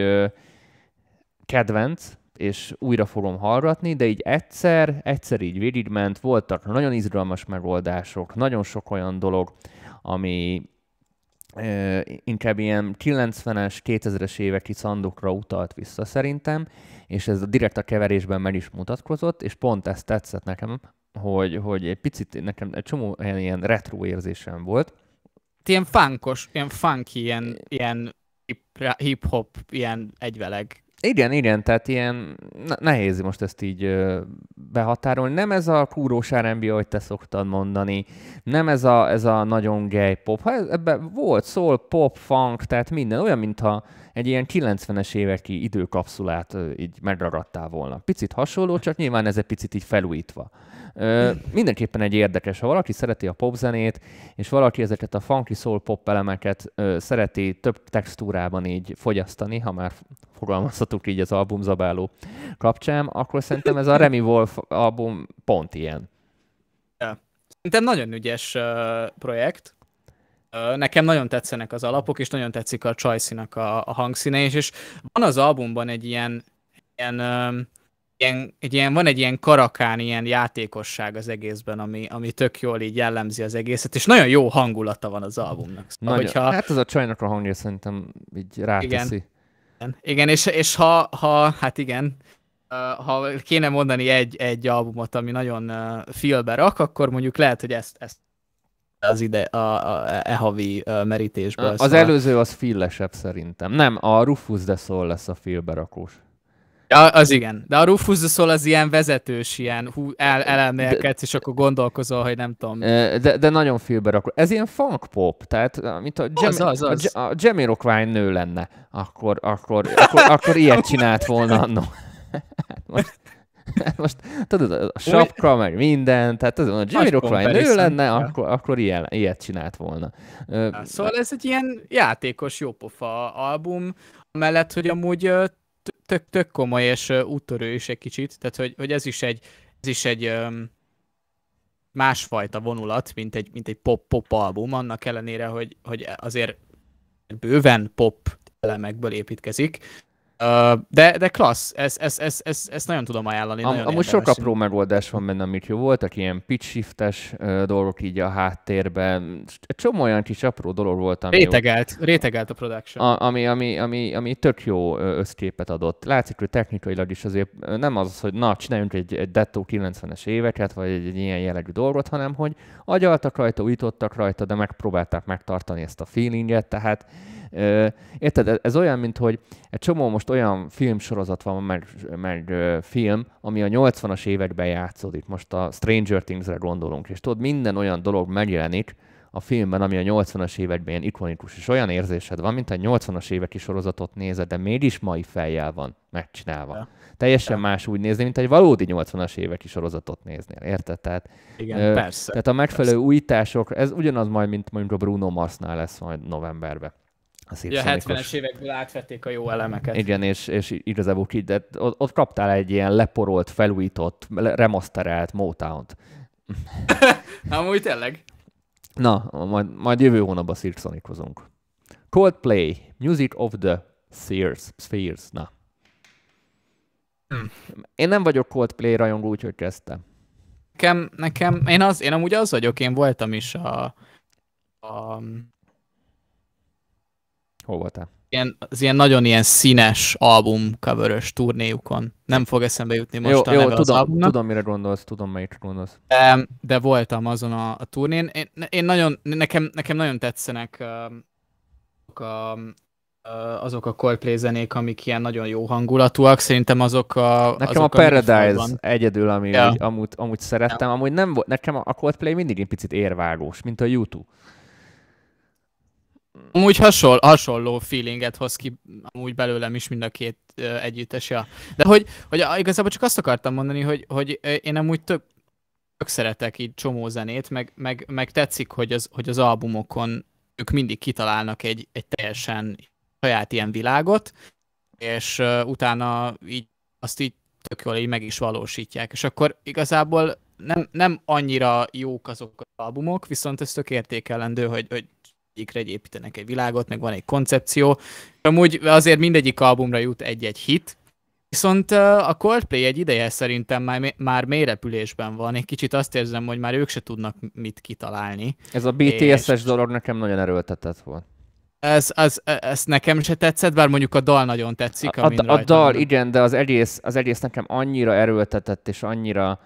kedvenc, és újra fogom hallgatni, de így egyszer így végigment, voltak nagyon izgalmas megoldások, nagyon sok olyan dolog, ami inkább ilyen 90-es, 2000-es éveki szandokra utalt vissza szerintem, és ez direkt a keverésben meg is mutatkozott, és pont ezt tetszett nekem, hogy egy picit nekem egy csomó ilyen retro érzésem volt.
Ilyen funkos, ilyen funky, ilyen hip-hop, ilyen egyveleg.
Igen, tehát ilyen nehéz most ezt így behatárolni. Nem ez a kúrós R&B, ahogy te szoktad mondani, nem ez a nagyon gay pop. Ebben volt soul, pop, funk, tehát minden. Olyan, mintha egy ilyen 90-es éveki időkapszulát így megragadtál volna. Picit hasonló, csak nyilván ez egy picit így felújítva. Mindenképpen egy érdekes, ha valaki szereti a popzenét, és valaki ezeket a funky soul pop elemeket szereti több textúrában így fogyasztani, ha már fogalmazhatunk így az albumzabáló kapcsán, akkor szerintem ez a Remy Wolf album pont ilyen.
Ja. Szerintem nagyon ügyes projekt. Nekem nagyon tetszenek az alapok, és nagyon tetszik a Choice-nak a hangszíne is, és van az albumban van egy ilyen karakán, ilyen játékosság az egészben, ami tök jól így jellemzi az egészet, és nagyon jó hangulata van az albumnak.
Szóval, hát az a Csajnak a hangja szerintem így ráteszi.
Igen, és ha kéne mondani egy albumot, ami nagyon félbe rak, akkor mondjuk lehet, hogy ezt az havi merítésből.
Az előző az fillesebb szerintem. Nem, a Rufus The Soul lesz a félberakós.
Ja, az igen. De a Rufus The Soul az ilyen vezetős, ilyen elelmélkedsz, és akkor gondolkozol, hogy nem tudom.
De nagyon félberakó. Ez ilyen funk pop, tehát mint a Jamiroquai nő lenne, akkor ilyet csinált volna annó. Most tudod, a sapka, meg minden, tehát tudod, a Jimmy Rockwell nő lenne, akkor ilyet csinált volna.
Szóval ez egy ilyen játékos, jópofa album, mellett, hogy amúgy tök komoly és úttörő is egy kicsit, tehát hogy ez is egy másfajta vonulat, mint egy pop album, annak ellenére, hogy azért bőven pop elemekből építkezik. De klassz, ezt nagyon tudom ajánlani.
Amúgy sok apró megoldás van benne, amik jó voltak, ilyen pitch shiftes dolgok így a háttérben. Egy csomó olyan kis apró dolog volt, ami
rétegelt a production.
Ami tök jó összképet adott. Látszik, hogy technikailag is azért nem az, hogy na, csináljunk egy Detto 90-es éveket, vagy egy ilyen jellegű dolgot, hanem hogy agyaltak rajta, újítottak rajta, de megpróbálták megtartani ezt a feelinget, tehát érted, ez olyan, mint hogy egy csomó most olyan filmsorozat van, meg film, ami a 80-as években játszódik. Most a Stranger Things-re gondolunk, és tudod, minden olyan dolog megjelenik a filmben, ami a 80-as években ilyen ikonikus, és olyan érzésed van, mint egy 80-as éveki sorozatot nézed, de mégis mai fejjel van megcsinálva. Ja. Teljesen más úgy nézni, mint egy valódi 80-as éveki sorozatot néznél, érted? Tehát,
igen, persze.
Tehát a megfelelő újítások, ez ugyanaz majd, mint mondjuk a Bruno Marsnál lesz majd novemberben.
Ugye a 70-es évekből átvették a jó elemeket.
Igen, és igazából de ott kaptál egy ilyen leporolt, felújított, remasterelt Motown-t.
Amúgy tényleg.
Na, majd jövő hónapban szirkszonikozunk. Coldplay, Music of the Spheres. Na. Én nem vagyok Coldplay rajongó, úgyhogy kezdtem.
Nekem én amúgy az vagyok, én voltam is a
hol voltál?
Az ilyen nagyon ilyen színes album cover-ös turnéjukon. Nem fog eszembe jutni most a neve az albumnak.
Tudom, mire gondolsz, tudom, melyikre gondolsz.
De voltam azon a turnén. Nekem nagyon tetszenek azok a Coldplay zenék, amik ilyen nagyon jó hangulatúak. Szerintem azok
nekem a Paradise egyedül, ami amúgy szerettem. Amúgy nem volt, nekem a Coldplay mindig egy picit érvágós, mint a U2.
Amúgy hasonló feelinget hoz ki amúgy belőlem is mind a két együttes. Ja. De hogy igazából csak azt akartam mondani, hogy én amúgy tök szeretek így csomó zenét, meg tetszik, hogy az albumokon ők mindig kitalálnak egy teljesen saját ilyen világot, és utána azt így tök jól így meg is valósítják. És akkor igazából nem annyira jók azok az albumok, viszont ez tök értékelendő, hogy egyikre építenek egy világot, meg van egy koncepció. Amúgy azért mindegyik albumra jut egy-egy hit, viszont a Coldplay egy ideje szerintem már mélyrepülésben van. Egy kicsit azt érzem, hogy már ők se tudnak mit kitalálni.
Ez a BTS-es dolog nekem nagyon erőltetett volt.
Ez nekem se tetszett, bár mondjuk a dal nagyon tetszik.
A dal, igen, de az egész nekem annyira erőltetett, és annyira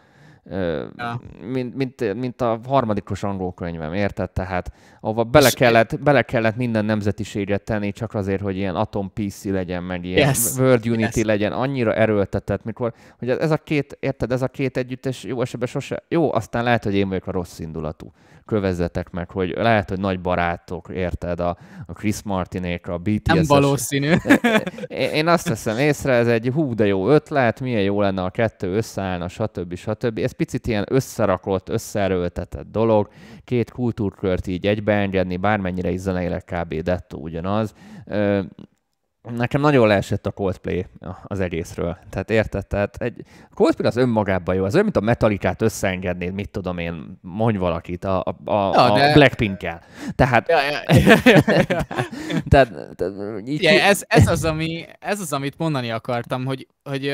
mint a harmadikos angol könyvem, érted? Tehát ahova bele kellett minden nemzetiséget tenni, csak azért, hogy ilyen Atom PC legyen, meg ilyen Word Unity legyen, annyira erőltetett, mikor, hogy ez a két együttes jó esetben sose, jó, aztán lehet, hogy én vagyok a rossz indulatú. Kövezzetek meg, hogy lehet, hogy nagy barátok, érted, a Chris Martinék, a BTS-es.
Nem valószínű.
Én azt veszem észre, ez egy de jó ötlet, milyen jó lenne a kettő összeállna, stb. Ez picit ilyen összerakott, összeerőltetett dolog, két kultúrkört így egybeengedni, bármennyire is zeneileg kb. Detto ugyanaz. Nekem nagyon leesett a Coldplay az egészről. Tehát érted? Tehát a Coldplay az önmagában jó. Az olyan, mint a Metallicát összeengednéd, mit tudom én, mondj valakit, a Blackpink-kel. Tehát...
Ez az, amit mondani akartam, hogy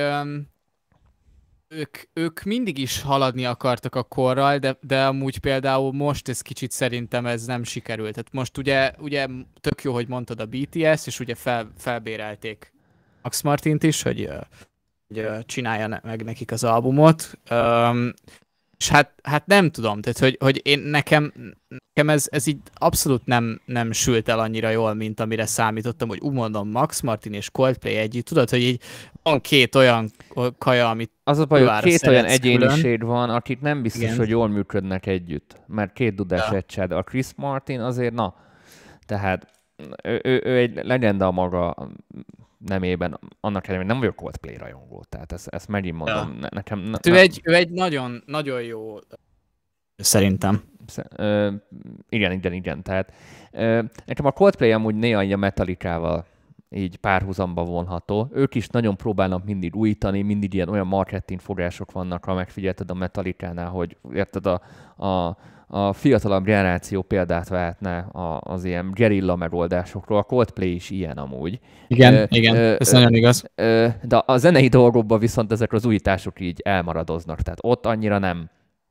ők mindig is haladni akartak a korral, de amúgy például most ez kicsit szerintem ez nem sikerült. Tehát most ugye tök jó, hogy mondtad a BTS, és ugye felbérelték Max Martint is, hogy csinálja meg nekik az albumot. És hát nem tudom, tehát hogy nekem ez így abszolút nem sült el annyira jól, mint amire számítottam, hogy mondom, Max Martin és Coldplay együtt. Tudod, hogy így van két olyan kaja, amit
az a baj, hogy két olyan egyéniség van, akik nem biztos, igen, hogy jól működnek együtt, mert két dudás egyszer, de a Chris Martin azért, tehát ő egy legenda a maga nemében, annak ellenére nem vagyok Coldplay rajongó, tehát ezt megint mondom, nekem...
Hát ő egy nagyon, nagyon jó szerintem.
Igen, tehát nekem a Coldplay amúgy néha a Metallicával így párhuzamba vonható. Ők is nagyon próbálnak mindig újítani, mindig ilyen olyan marketing fogások vannak, ha megfigyelted a Metallicánál, hogy érted, a fiatalabb generáció példát vehetne az ilyen gerilla megoldásokról. A Coldplay is ilyen amúgy.
Igen, ez nagyon igaz.
De a zenei dolgokban viszont ezek az újítások így elmaradoznak, tehát ott annyira nem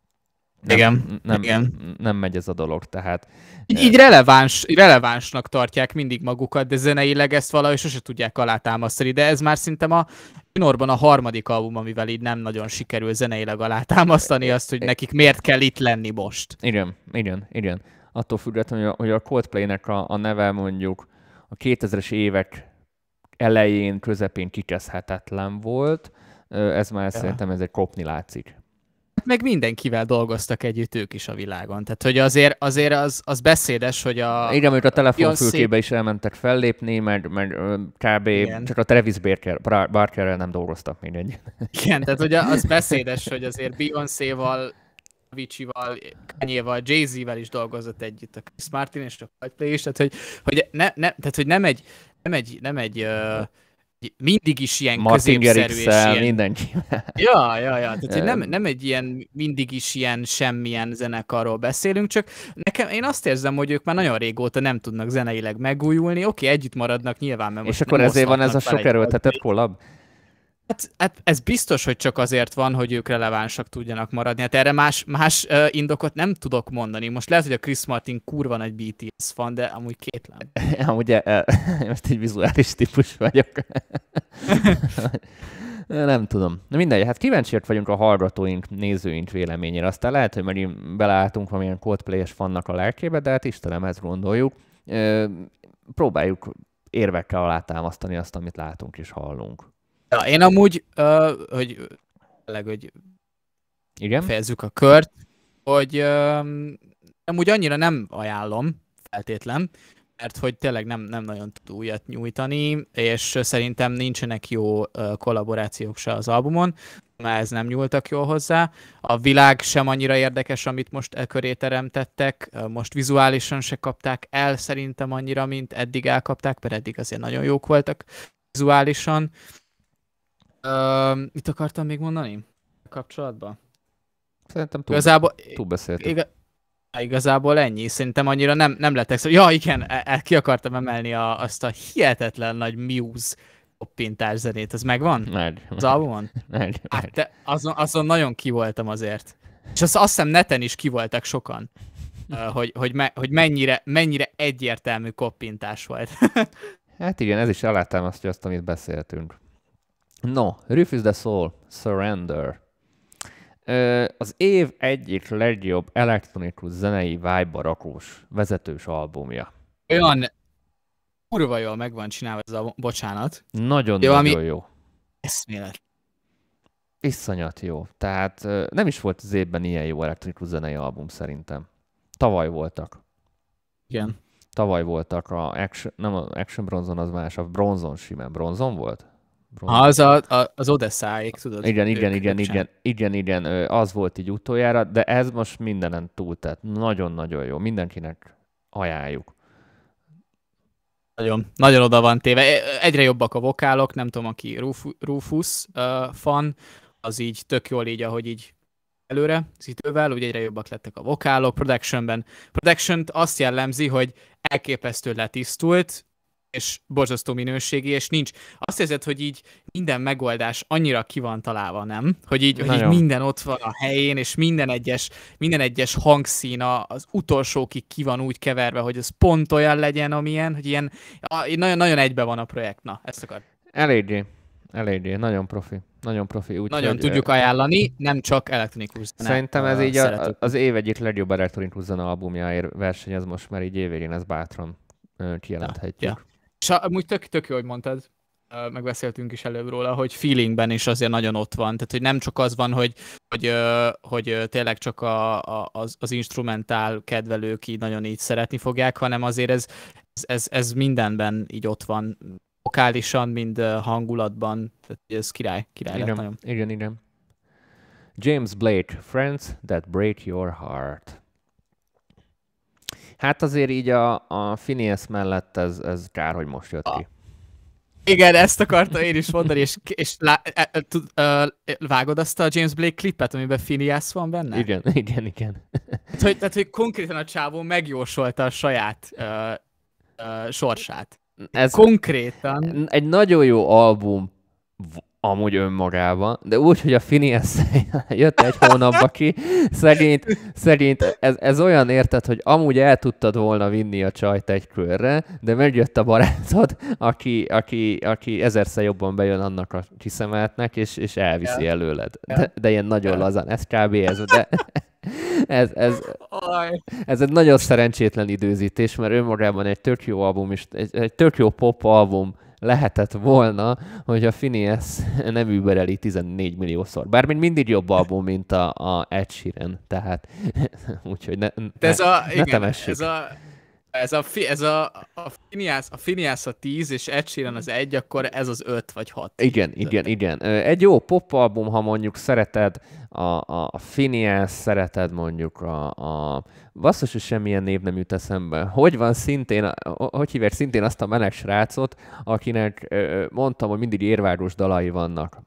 megy ez a dolog, tehát...
Így relevánsnak tartják mindig magukat, de zeneileg ezt valahogy sose tudják alátámasztani, de ez már szerintem a Norban a harmadik album, amivel így nem nagyon sikerül zeneileg alátámasztani azt, hogy nekik miért kell itt lenni most.
Igen. Attól függetlenül, hogy a Coldplay-nek a neve mondjuk a 2000-es évek elején, közepén kikezdhetetlen volt, ez már szerintem ez egy kopni látszik.
Meg mindenkivel dolgoztak együtt ők is a világon. Tehát, hogy azért az beszédes, hogy a...
Igen, mert a telefonfülkébe is elmentek fellépni, meg kb. Igen. Csak a Travis Barkerrel nem dolgoztak még egy.
Igen, tehát hogy az beszédes, hogy azért Beyoncé-val, Avicii-val, Kanye-val, Jay-Z-vel is dolgozott együtt a Chris Martin és a Coldplay is, tehát hogy nem egy mindig is ilyen középszerű és ilyen...
mindenkivel.
Ja. Tehát, hogy nem egy ilyen mindig is ilyen semmilyen zenekarról beszélünk, csak én azt érzem, hogy ők már nagyon régóta nem tudnak zeneileg megújulni. Oké, együtt maradnak nyilván, mert
és akkor ezért van ez a sok erőltetett kollab?
Hát ez biztos, hogy csak azért van, hogy ők relevánsak tudjanak maradni. Hát erre más indokot nem tudok mondani. Most lehet, hogy a Chris Martin kurva nagy BTS fan, de amúgy kétlem.
Amúgy most egy vizuális típus vagyok. Nem tudom. Na mindegy, hát kíváncsiak vagyunk a hallgatóink, nézőink véleményére. Aztán lehet, hogy megint beleálltunk valamilyen Coldplay-es fannak a lelkébe, de hát Istenem, ezt gondoljuk. Próbáljuk érvekkel alátámasztani azt, amit látunk és hallunk.
Ja, én amúgy, hogy
igen?
Fejezzük a kört, hogy amúgy annyira nem ajánlom feltétlen, mert hogy tényleg nem nagyon tud újat nyújtani, és szerintem nincsenek jó kollaborációk se az albumon, mert ez nem nyúltak jól hozzá. A világ sem annyira érdekes, amit most köré teremtettek, most vizuálisan se kapták el szerintem annyira, mint eddig elkapták, mert eddig azért nagyon jók voltak vizuálisan. Mit akartam még mondani kapcsolatban?
Szerintem túl beszéltük.
Igazából ennyi. Szerintem annyira nem lettek szó. Ja, igen, ki akartam emelni azt a hihetetlen nagy Muse koppintás zenét. Az megvan? Az albumon? Hát azon nagyon ki voltam azért. És azt hiszem neten is ki voltak sokan. Hogy mennyire egyértelmű koppintás volt.
Hát igen, ez is alátámasztja azt, amit beszéltünk. No, Rufus the Soul, Surrender. Az év egyik legjobb elektronikus zenei vibe-ba rakós vezetős albumja.
Olyan kurva jól meg van csinálva ez a bocsánat.
Nagyon jó.
Eszmélet.
Iszonyat jó. Tehát nem is volt az évben ilyen jó elektronikus zenei album szerintem. Tavaly voltak.
Igen.
Tavaly voltak nem az Action Bronzon, az más, a Bronzon simán. Bronzon volt?
Az Odesszáék, tudod?
Igen, az volt így utoljára, de ez most mindenen túl, tehát nagyon-nagyon jó. Mindenkinek ajánljuk.
Nagyon oda van téve. Egyre jobbak a vokálok, nem tudom, aki Rufus fan, az így tök jól így, ahogy így előre az idővel, úgy egyre jobbak lettek a vokálok. Production-t azt jellemzi, hogy elképesztő letisztult, és borzasztó minőségi, és nincs. Azt érzed, hogy így minden megoldás annyira ki van találva, nem? Hogy így minden ott van a helyén, és minden egyes hangszín az utolsókig ki van úgy keverve, hogy az pont olyan legyen, amilyen, hogy ilyen nagyon egybe van a projekt. Na, ezt akar.
Eléggé, nagyon profi. Úgy,
nagyon tudjuk ajánlani, nem csak elektronikus zene.
Szerintem ez így az év egyik legjobb elektronikus zene albumjáért versenyez most, mert így évvégén ezt bátran kijelenthetjük. Ja.
És amúgy tök jó, hogy mondtad, megbeszéltünk is előbb róla, hogy feelingben is azért nagyon ott van. Tehát, hogy nem csak az van, hogy tényleg csak az instrumentál kedvelők így nagyon így szeretni fogják, hanem azért ez mindenben így ott van. vokálisan, mind hangulatban. Tehát ez király lett nagyon.
Igen. James Blake, Friends That Break Your Heart. Hát azért így a Phineas mellett ez kár, hogy most jött ki.
Igen, ezt akartam én is mondani, és vágod azt a James Blake klipet, amiben Phineas van benne?
Igen.
Tehát, hogy konkrétan a csávó megjósolta a saját sorsát. Ez konkrétan.
Egy nagyon jó album amúgy önmagában, de úgy, hogy a Phineas jött egy hónapba ki, szerint ez olyan, érted, hogy amúgy el tudtad volna vinni a csajt egy körre, de megjött a barátod, aki ezerszer jobban bejön annak a kiszemeltnek, és elviszi előled. De ilyen nagyon lazán, ez kb. De ez egy nagyon szerencsétlen időzítés, mert önmagában egy tök jó album, és egy tök jó pop album lehetett volna, hogy a Phineas nem übereli 14 milliószor. Bár még mindig jobb album, mint a Ed Sheeran, tehát úgyhogy ne temessük.
A Phineas a 10, és Ed Sheeran az 1, akkor ez az 5 vagy 6.
Igen. Egy jó pop album, ha mondjuk szereted a Phineas, szereted mondjuk basszus, hogy semmilyen név nem jut eszembe. Hogy hívják szintén azt a meleg srácot, akinek mondtam, hogy mindig érvágós dalai vannak.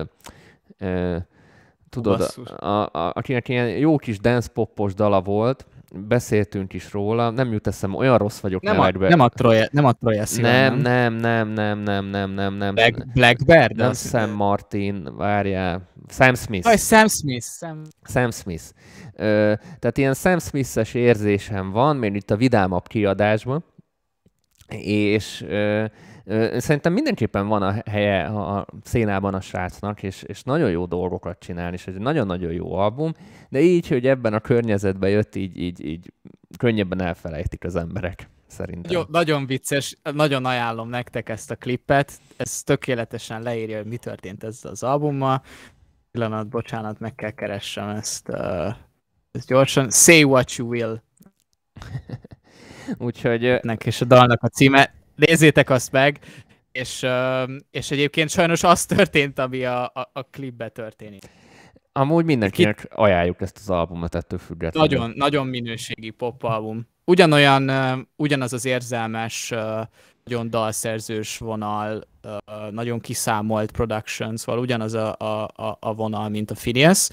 Tudod, akinek ilyen jó kis dance popos dala volt, beszéltünk is róla, nem jut eszembe, olyan rossz vagyok nevekbe.
Nem a Troye Sivan,
nem.
Blackbird?
Nem Sam Martin, várjál. Sam Smith. Sam Smith. Tehát ilyen Sam Smith-es érzésem van, még itt a vidámabb kiadásban, és szerintem mindenképpen van a helye a szénában a srácnak, és nagyon jó dolgokat csinál, és ez egy nagyon-nagyon jó album, de így, hogy ebben a környezetben jött, így könnyebben elfelejtik az emberek, szerintem.
Jó, nagyon vicces, nagyon ajánlom nektek ezt a klippet, ez tökéletesen leírja, hogy mi történt ezzel az albummal. Pillanat, bocsánat, meg kell keressem ezt gyorsan. Say What You Will.
Úgyhogy...
És a dalnak a címe. Nézzétek azt meg, és egyébként sajnos az történt, ami a klipben történik.
Amúgy mindenkinek ajánljuk ezt az albumot ettől függetlenül.
Nagyon minőségi pop album. Ugyanaz az érzelmes, nagyon dalszerzős vonal, nagyon kiszámolt production, szóval ugyanaz a vonal, mint a Phineas.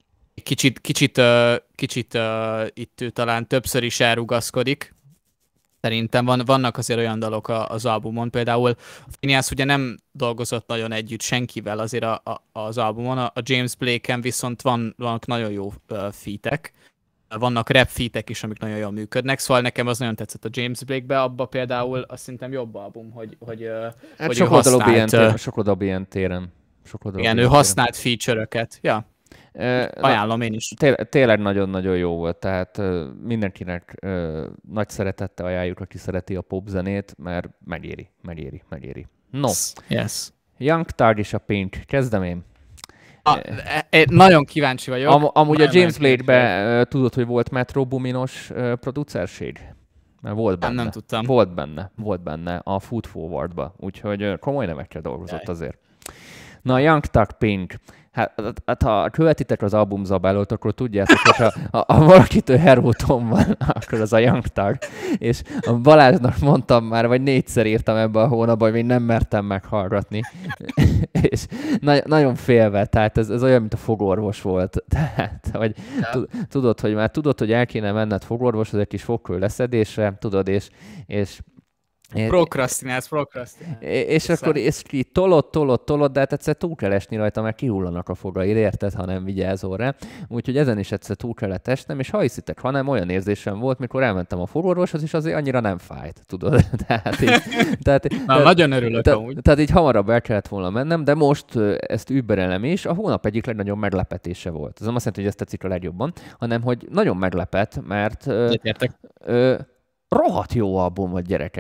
Kicsit itt ő talán többször is elrugaszkodik. Szerintem vannak azért olyan dalok az albumon, például a Phineas ugye nem dolgozott nagyon együtt senkivel azért az albumon, a James Blake-en viszont vannak nagyon jó featek, vannak rap featek is, amik nagyon jól működnek, szóval nekem az nagyon tetszett a James Blake-be, abba például azt szerintem jobb album, hogy
ő használt... Sok odabb ilyen téren.
Igen, ő használt feature-öket, ja. Ajánlom én is.
Tényleg nagyon-nagyon jó volt, tehát mindenkinek nagy szeretettel ajánljuk, aki szereti a popzenét, mert megéri. No,
yes.
Young Thug és a Pink. Kezdem én.
Nagyon kíváncsi vagyok.
Amúgy a James Blake-be tudod, hogy volt Metro Boominos producerség? Mert volt benne.
Nem tudtam.
Volt benne a Food Forward-ba, úgyhogy komoly nevekkel dolgozott azért. Na, Young Thug, Pink. Hát ha követitek az albumzabálót, akkor tudjátok, hogy ha valakitől heróton van, akkor az a Young Thug. És a Balázsnak mondtam már, vagy 4-szer írtam ebbe a hónapban, hogy még nem mertem meghallgatni. És nagyon félve, tehát ez olyan, mint a fogorvos volt. Tehát, hogy tudod, hogy el kéne menned fogorvoshoz egy kis fogkő leszedésre, tudod, és
Prokrastinálsz.
És akkor így tolod, de hát egyszer túl kell esni rajta, mert kihullanak a fogaid, érted, ha nem vigyázol rá. Úgyhogy ezen is egyszer túl kellett esnem, és ha hiszitek, hanem olyan érzésem volt, mikor elmentem a fogorvoshoz, és azért annyira nem fájt, tudod.
Nagyon örülök amúgy.
Tehát így hamarabb el kellett volna mennem, de most ezt überelem is, a hónap egyik legnagyobb meglepetése volt. Ez nem azt jelenti, hogy ezt tetszik a legjobban, hanem hogy nagyon meglepett, mert rohadt jó album vagy, gyerekek.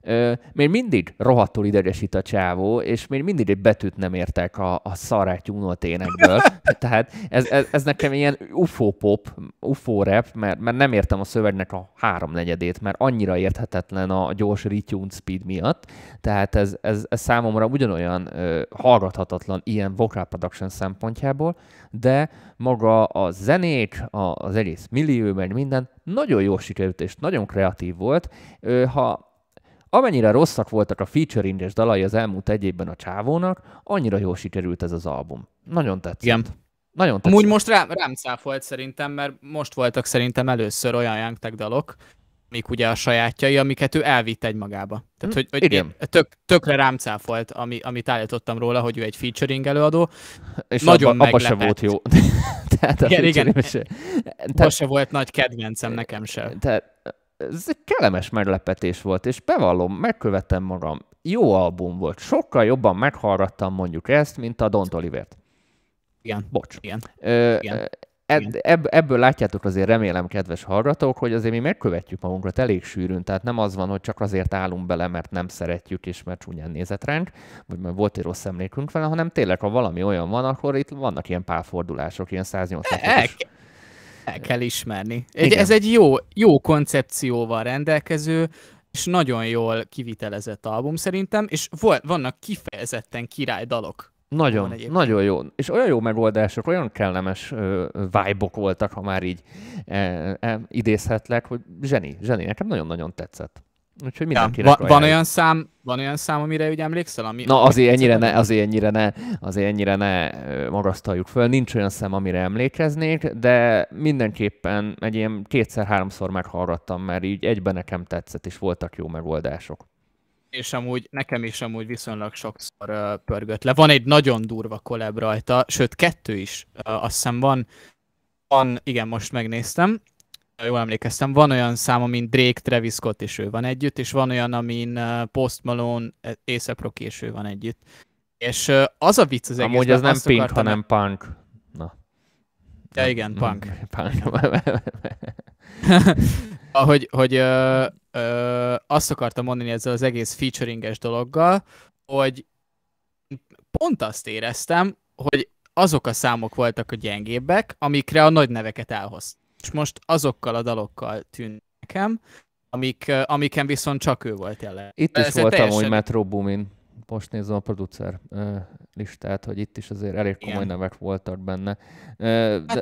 még mindig rohadtul idegesít a csávó, és még mindig egy betűt nem értek a szarát tyúnolt énekből. Tehát ez nekem ilyen UFO-pop, UFO-rap, mert nem értem a szövegnek a 3/4-ét, mert annyira érthetetlen a gyors retuned speed miatt. Tehát ez számomra ugyanolyan hallgathatatlan ilyen vocal production szempontjából, de maga a zenék, az egész millió, meg minden nagyon jól sikerült, és nagyon kreatív volt. Amennyire rosszak voltak a featuringes dalai az elmúlt egy évben a csávónak, annyira jól sikerült ez az album. Nagyon tetszett.
Igen.
Nagyon tetszett.
Amúgy most rám cáfolt szerintem, mert most voltak szerintem először olyan Young Tech dalok, amik ugye a sajátjai, amiket ő elvitt egymagába. Tehát, hogy tökre rám cáfolt, amit állítottam róla, hogy ő egy featuring előadó.
És
nagyon
abba se volt jó.
Tehát igen. Most se volt nagy kedvencem, nekem sem.
Tehát ez egy kellemes meglepetés volt, és bevallom, megkövettem magam. Jó album volt. Sokkal jobban meghallgattam mondjuk ezt, mint a Don't Olivert.
Igen.
Bocs.
Igen.
Ebből látjátok azért, remélem, kedves hallgatók, hogy azért mi megkövetjük magunkat elég sűrűn, tehát nem az van, hogy csak azért állunk bele, mert nem szeretjük, és mert csúnyán nézett ránk, vagy mert volt egy rossz emlékünk vele, hanem tényleg, ha valami olyan van, akkor itt vannak ilyen pálfordulások, ilyen 180 fokos.
El kell ismerni. Ez egy jó koncepcióval rendelkező, és nagyon jól kivitelezett album szerintem, és vannak kifejezetten király dalok.
Nagyon jó. És olyan jó megoldások, olyan kellemes vibe-ok voltak, ha már így idézhetlek, hogy zseni. Nekem nagyon-nagyon tetszett. Úgyhogy mindenkinek
van olyan szám, amire úgy emlékszel?
Azért ennyire ne magasztaljuk föl. Nincs olyan szám, amire emlékeznék, de mindenképpen egy ilyen 2-3-szor meghallgattam, mert így egyben nekem tetszett, és voltak jó megoldások.
És nekem is viszonylag sokszor pörgött le. Van egy nagyon durva collab rajta, sőt 2 is. Azt hiszem van, igen, most megnéztem. Jól emlékeztem, van olyan szám, amin Drake, Travis Scott és ő van együtt, és van olyan, amin Post Malone, A$AP Rocky és ő van együtt. És az a vicc az egészben...
Amúgy ez nem Pink, hanem Punk. Na.
Ja, igen, Punk.
Punk.
hogy azt akartam mondani ezzel az egész featuringes dologgal, hogy pont azt éreztem, hogy azok a számok voltak a gyengébbek, amikre a nagy neveket elhoztak. És most azokkal a dalokkal tűnt nekem, amiken viszont csak ő volt jelen.
Itt is voltam, hogy Metro Boomin. Most nézem a producer listát, hogy itt is azért elég komoly nevek voltak benne.
Hát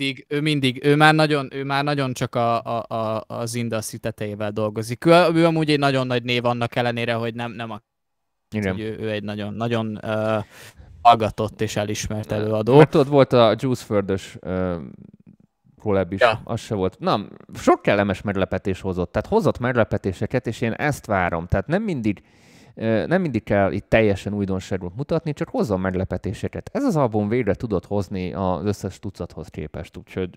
ő már nagyon csak az industry tetejével dolgozik. Ő amúgy egy nagyon nagy név annak ellenére, hogy nem hogy ő egy nagyon hallgatott és elismert előadó.
Mert ott volt a Juice WRLD-ös collab is, az se volt. Na, sok kellemes meglepetés hozott. Tehát hozott meglepetéseket, és én ezt várom. Tehát nem mindig kell itt teljesen újdonságot mutatni, csak hozzon meglepetéseket. Ez az album végre tudott hozni az összes tucathoz képest, úgyhogy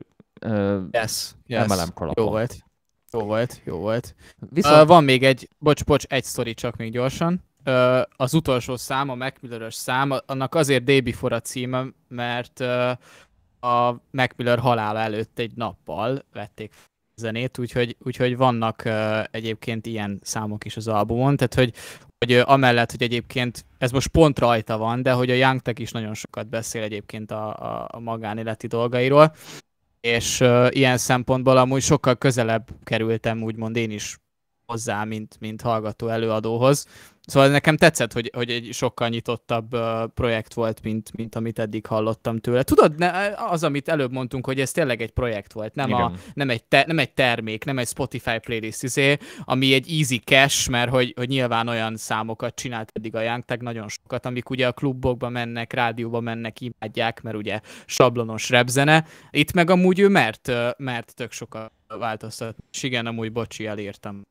emelem kalapon.
Jó volt. Viszont... van még egy sztori csak még gyorsan. Az utolsó szám, a Mac Miller-ös szám, annak azért Day Before a címe, mert a Mac Miller halála előtt egy nappal vették zenét, úgyhogy vannak egyébként ilyen számok is az albumon, tehát hogy amellett, hogy egyébként ez most pont rajta van, de hogy a Young Tech is nagyon sokat beszél egyébként a magánéleti dolgairól, és ilyen szempontból amúgy sokkal közelebb kerültem, úgymond én is hozzá, mint hallgató előadóhoz. Szóval nekem tetszett, hogy egy sokkal nyitottabb projekt volt, mint amit eddig hallottam tőle. Tudod, az, amit előbb mondtunk, hogy ez tényleg egy projekt volt, nem egy termék, nem egy Spotify playlist, ami egy easy cash, mert hogy nyilván olyan számokat csinált eddig a Young Tech, nagyon sokat, amik ugye a klubokba mennek, rádióba mennek, imádják, mert ugye sablonos rapzene. Itt meg amúgy ő mert tök sokat változtat. És igen, amúgy bocsi, elírtam.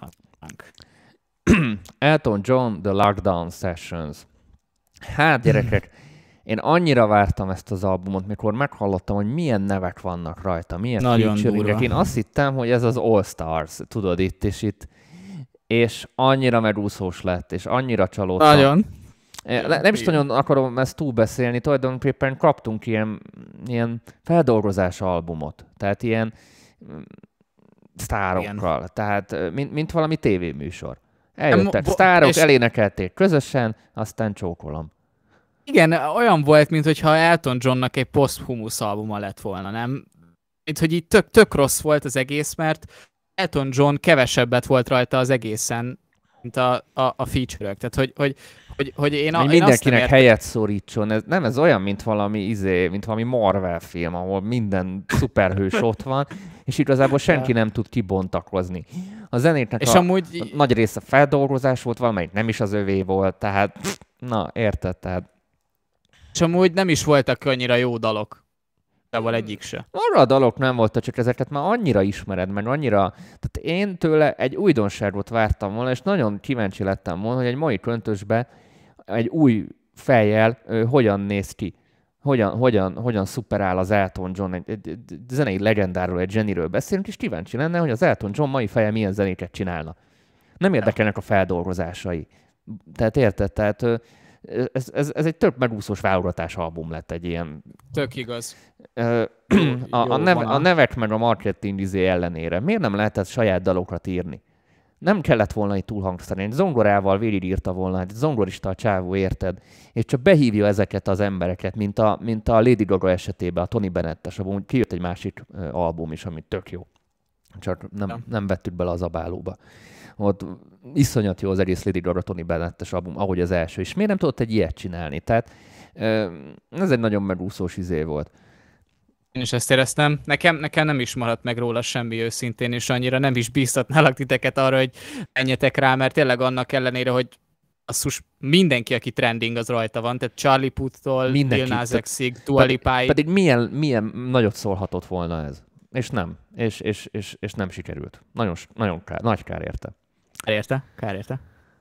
Elton John, The Lockdown Sessions. Hát gyerekek, én annyira vártam ezt az albumot, mikor meghallottam, hogy milyen nevek vannak rajta, milyen featuringek. Én azt hittem, hogy ez az All Stars, tudod, itt, és annyira megúszós lett, és annyira csalódtam.
Nagyon.
Nem is nagyon akarom ezt túlbeszélni, tulajdonképpen kaptunk ilyen feldolgozás albumot, tehát ilyen sztárokkal, tehát mint valami tévéműsor. Eljöttek sztárok, elénekelték közösen, aztán csókolom.
Igen, olyan volt, mintha Elton Johnnak egy posthumusz albuma lett volna, nem? Mint hogy így tök rossz volt az egész, mert Elton John kevesebbet volt rajta az egészen, mint a feature-ök. Tehát, hogy én
mindenkinek helyet szorítson. Ez olyan, mint valami Marvel film, ahol minden szuperhős ott van, és igazából senki nem tud kibontakozni. A zenéknek amúgy... nagy része feldolgozás volt, valamelyik nem is az övé volt, tehát na, érted, tehát.
És amúgy nem is voltak annyira jó dalok. Egyik se.
Arra a dalok nem voltak, csak ezeket már annyira ismered, meg annyira... Tehát én tőle egy újdonságot vártam volna, és nagyon kíváncsi lettem volna, hogy egy mai köntösbe egy új fejjel hogyan néz ki. Hogyan szuperál az Elton John, egy zenei legendáról, egy zseniről beszélünk, és kíváncsi lenne, hogy az Elton John mai feje milyen zenéket csinálna. Nem érdekelnek a feldolgozásai. Tehát érted? Tehát ez egy tök megúszós válogatás album lett egy ilyen...
Tök igaz.
A nevek meg a marketing ellenére. Miért nem lehetett saját dalokat írni? Nem kellett volna egy túlhangszerni. Egy zongorával végigírta volna, egy zongorista a csávó, érted? És csak behívja ezeket az embereket, mint a Lady Gaga esetében, a Tony Bennett-es album. Kijött egy másik album is, ami tök jó. Csak nem vettük bele az abálóba. Ott iszonyat jó az egész Lady Gaga Tony Bennett-es album, ahogy az első. És miért nem tudott egy ilyet csinálni? Tehát ez egy nagyon megúszós izé volt.
Én is ezt éreztem. Nekem nem is maradt meg róla semmi őszintén, és annyira nem is bíztatnálak titeket arra, hogy menjetek rá, mert tényleg annak ellenére, hogy mindenki, aki trending, az rajta van, tehát Charlie Puth-tól, Lil Nas X-ig, Dua Lipáig.
Pedig milyen nagyot szólhatott volna ez. És nem. És nem sikerült. Nagyon kár, nagy kár érte.
Kár érte.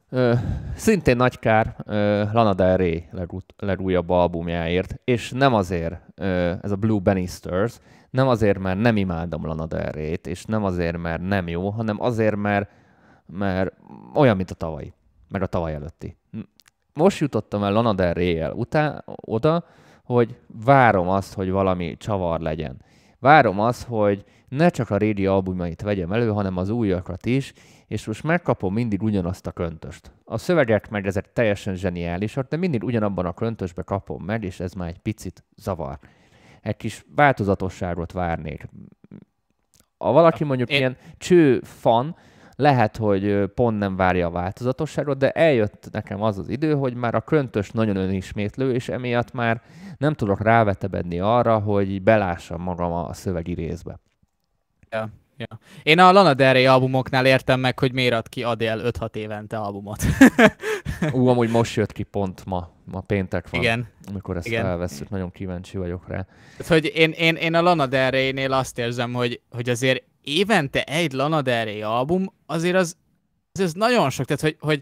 Szintén nagy kár Lana Del Rey legújabb albumjáért, és nem azért, ez a Blue Bannisters, nem azért, mert nem imádom Lana Del Reyt, és nem azért, mert nem jó, hanem azért, mert olyan, mint a tavalyi, meg a tavaly előtti. Most jutottam el Lana Del Rey-el oda, hogy várom azt, hogy valami csavar legyen. Várom azt, hogy ne csak a régi albumait vegyem elő, hanem az újakat is, és most megkapom mindig ugyanazt a köntöst. A szövegek meg ezek teljesen zseniálisak, de mindig ugyanabban a köntösbe kapom meg, és ez már egy picit zavar. Egy kis változatosságot várnék. Ha valaki mondjuk ilyen cső fan, lehet, hogy pont nem várja a változatosságot, de eljött nekem az az idő, hogy már a köntös nagyon önismétlő, és emiatt már nem tudok rávetebedni arra, hogy belássam magam a szövegi részbe.
Ja. Én a Lana Del Rey albumoknál értem meg, hogy miért ad ki Adele 5-6 évente albumot.
Amúgy most jött ki pont ma péntek van.
Igen.
Amikor ezt felvesszük, nagyon kíváncsi vagyok rá.
Tehát, hogy én a Lana Del Rey-nél azt érzem, hogy azért évente egy Lana Del Rey album, azért az nagyon sok. Tehát, hogy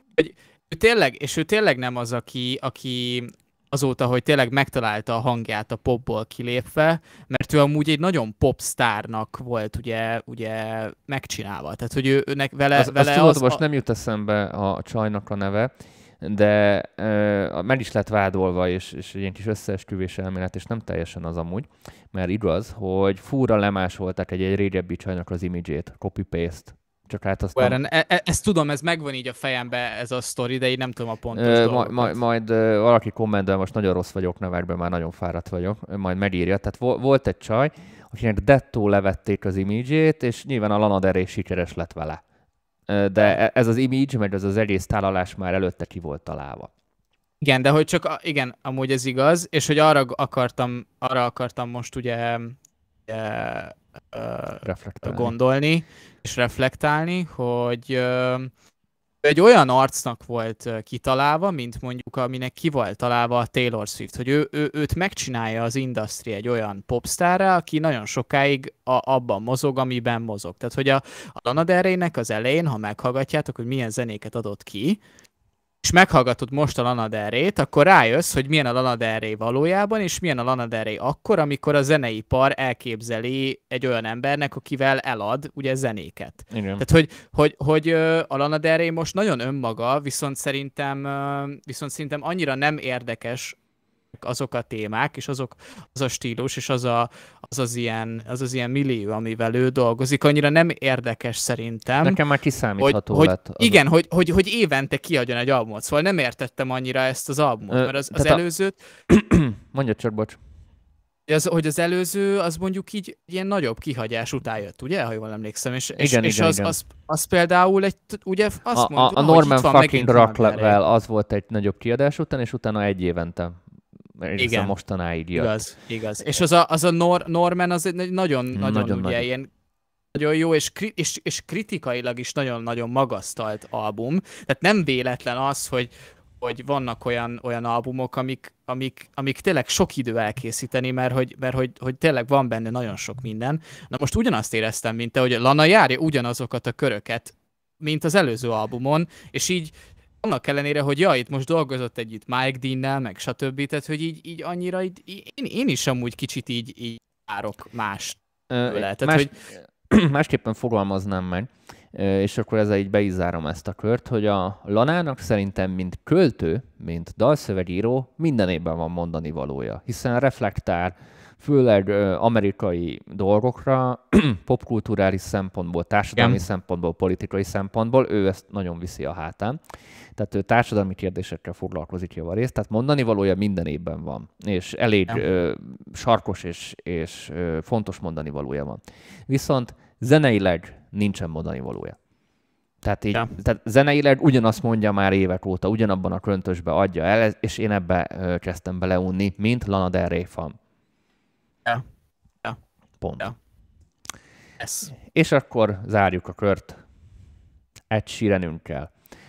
ő tényleg nem az, aki azóta, hogy tényleg megtalálta a hangját a popból kilépve, mert ő amúgy egy nagyon popstárnak volt ugye megcsinálva. Tehát, hogy őnek vele
tudod, most nem jut eszembe a csajnak a neve, de meg is lett vádolva, és ilyen kis összeesküvés elmélet, és nem teljesen az amúgy, mert igaz, hogy fúra lemásolták egy régebbi csajnak az imidzsét, copy-paste. Csak hát aztán...
Ezt tudom, ez megvan így a fejembe ez a sztori, de így nem tudom a pontos dolgokat.
Majd valaki kommentben, most nagyon rossz vagyok nevekben, már nagyon fáradt vagyok, majd megírja. Tehát volt egy csaj, akinek dettó levették az imidzsét, és nyilván a Lana Del Rey sikeres lett vele. De ez az image, meg az egész tálalás már előtte ki volt találva.
Igen, de hogy csak, igen, amúgy ez igaz, és hogy arra akartam most ugye gondolni, és reflektálni, hogy egy olyan arcnak volt kitalálva, mint mondjuk aminek ki volt találva a Taylor Swift, hogy őt megcsinálja az industry egy olyan popstárra, aki nagyon sokáig abban mozog, amiben mozog. Tehát, hogy a Lana Del Rey-nek az elején, ha meghallgatjátok, hogy milyen zenéket adott ki, és meghallgatod most a Lana Del Rey-t, akkor rájössz, hogy milyen a Lana Del Rey valójában, és milyen a Lana Del Rey akkor, amikor a zeneipar elképzeli egy olyan embernek, akivel elad ugye zenéket.
Igen.
Tehát, hogy a Lana Del Rey most nagyon önmaga, viszont szerintem annyira nem érdekes azok a témák, és az a stílus, és az ilyen millió, amivel ő dolgozik, annyira nem érdekes szerintem.
Nekem már kiszámítható lett.
Igen, hogy évente kiadjon egy albumot, szóval nem értettem annyira ezt az albumot, mert az előzőt...
Mondja csak, bocs.
Hogy az előző, az mondjuk így ilyen nagyobb kihagyás után jött, ugye, ha jól emlékszem, és
igen.
Az például ugye azt mondta,
a Norman fucking Rockwell az volt egy nagyobb kiadás után, és utána egy évente. Igen. Mostanáig jött.
Igaz. És az a Norman az egy nagyon ugye ilyen nagyon jó, és kritikailag is nagyon-nagyon magasztalt album. Tehát nem véletlen az, hogy vannak olyan albumok, amik tényleg sok idő elkészíteni, mert hogy tényleg van benne nagyon sok minden. Na most ugyanazt éreztem, mint te, hogy Lana járja ugyanazokat a köröket, mint az előző albumon, és így annak ellenére, hogy itt most dolgozott együtt Mike Dean-nel, meg stb., tehát hogy így annyira én is amúgy kicsit így várok más tőle.
Másképpen fogalmaznám meg, és akkor ezzel így be is zárom ezt a kört, hogy a Lanának szerintem mint költő, mint dalszövegíró minden évben van mondani valója, hiszen reflektál főleg amerikai dolgokra, popkulturális szempontból, társadalmi szempontból, politikai szempontból, ő ezt nagyon viszi a hátán. Tehát ő társadalmi kérdésekkel foglalkozik javarészt, tehát mondani valója minden évben van, és elég sarkos és fontos mondani valója van. Viszont zeneileg nincsen mondani valója. Tehát zeneileg ugyanazt mondja már évek óta, ugyanabban a köntösbe adja el, és én ebbe kezdtem beleunni, mint Lana Del Rey fan.
Ja.
Pont.
Ja.
És akkor zárjuk a kört. Ed Sheeranünkkel.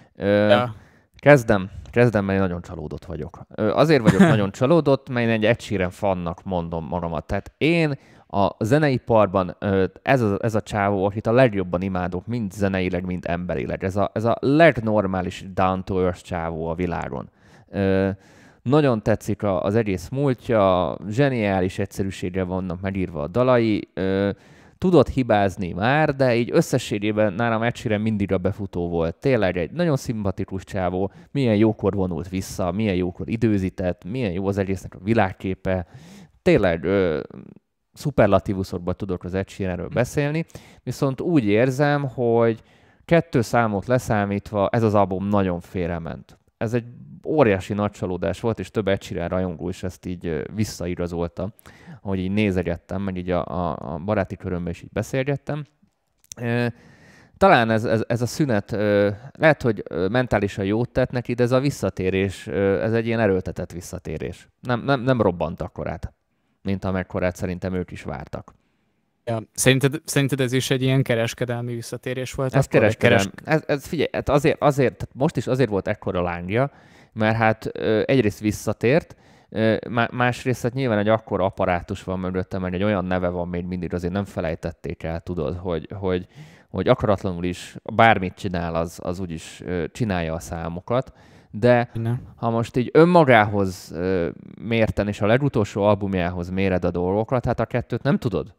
Kezdem, mert én nagyon csalódott vagyok. Azért vagyok nagyon csalódott, mert én egy Ed Sheeran fannak mondom magamat. Tehát én a zeneiparban ez a csávó, akit a legjobban imádok, mind zeneileg, mind emberileg. Ez a legnormális down-to-earth csávó a világon. Nagyon tetszik az egész múltja, zseniális egyszerűséggel vannak megírva a dalai, tudott hibázni már, de így összességében nálam Ed Sheeran mindig a befutó volt. Tényleg egy nagyon szimpatikus csávó, milyen jókor vonult vissza, milyen jókor időzített, milyen jó az egésznek a világképe. Tényleg szuperlatívuszokban tudok az Ed Sheeranről beszélni, viszont úgy érzem, hogy 2 számot leszámítva ez az album nagyon félrement. Ez egy óriási nagy csalódás volt, és több Ed Sheeran rajongó is ezt így visszaigazolta, ahogy így nézegettem, meg így a baráti körömben is így beszélgettem. Talán ez a szünet lehet, hogy mentálisan jót tett neki, de ez a visszatérés, ez egy ilyen erőltetett visszatérés. Nem robbant akkorát, mint amekkorát szerintem ők is vártak.
Ja. Szerinted ez is egy ilyen kereskedelmi visszatérés volt?
Ez kereskedelmi. Figyelj, azért, most is azért volt ekkora lángja, mert hát egyrészt visszatért, másrészt hát nyilván egy akkora apparátus van mögötte, mert egy olyan neve van még mindig, azért nem felejtették el, tudod, hogy akaratlanul is bármit csinál, az úgyis csinálja a számokat, de ha most így önmagához mérten, és a legutolsó albumjához méred a dolgokat, hát a kettőt nem tudod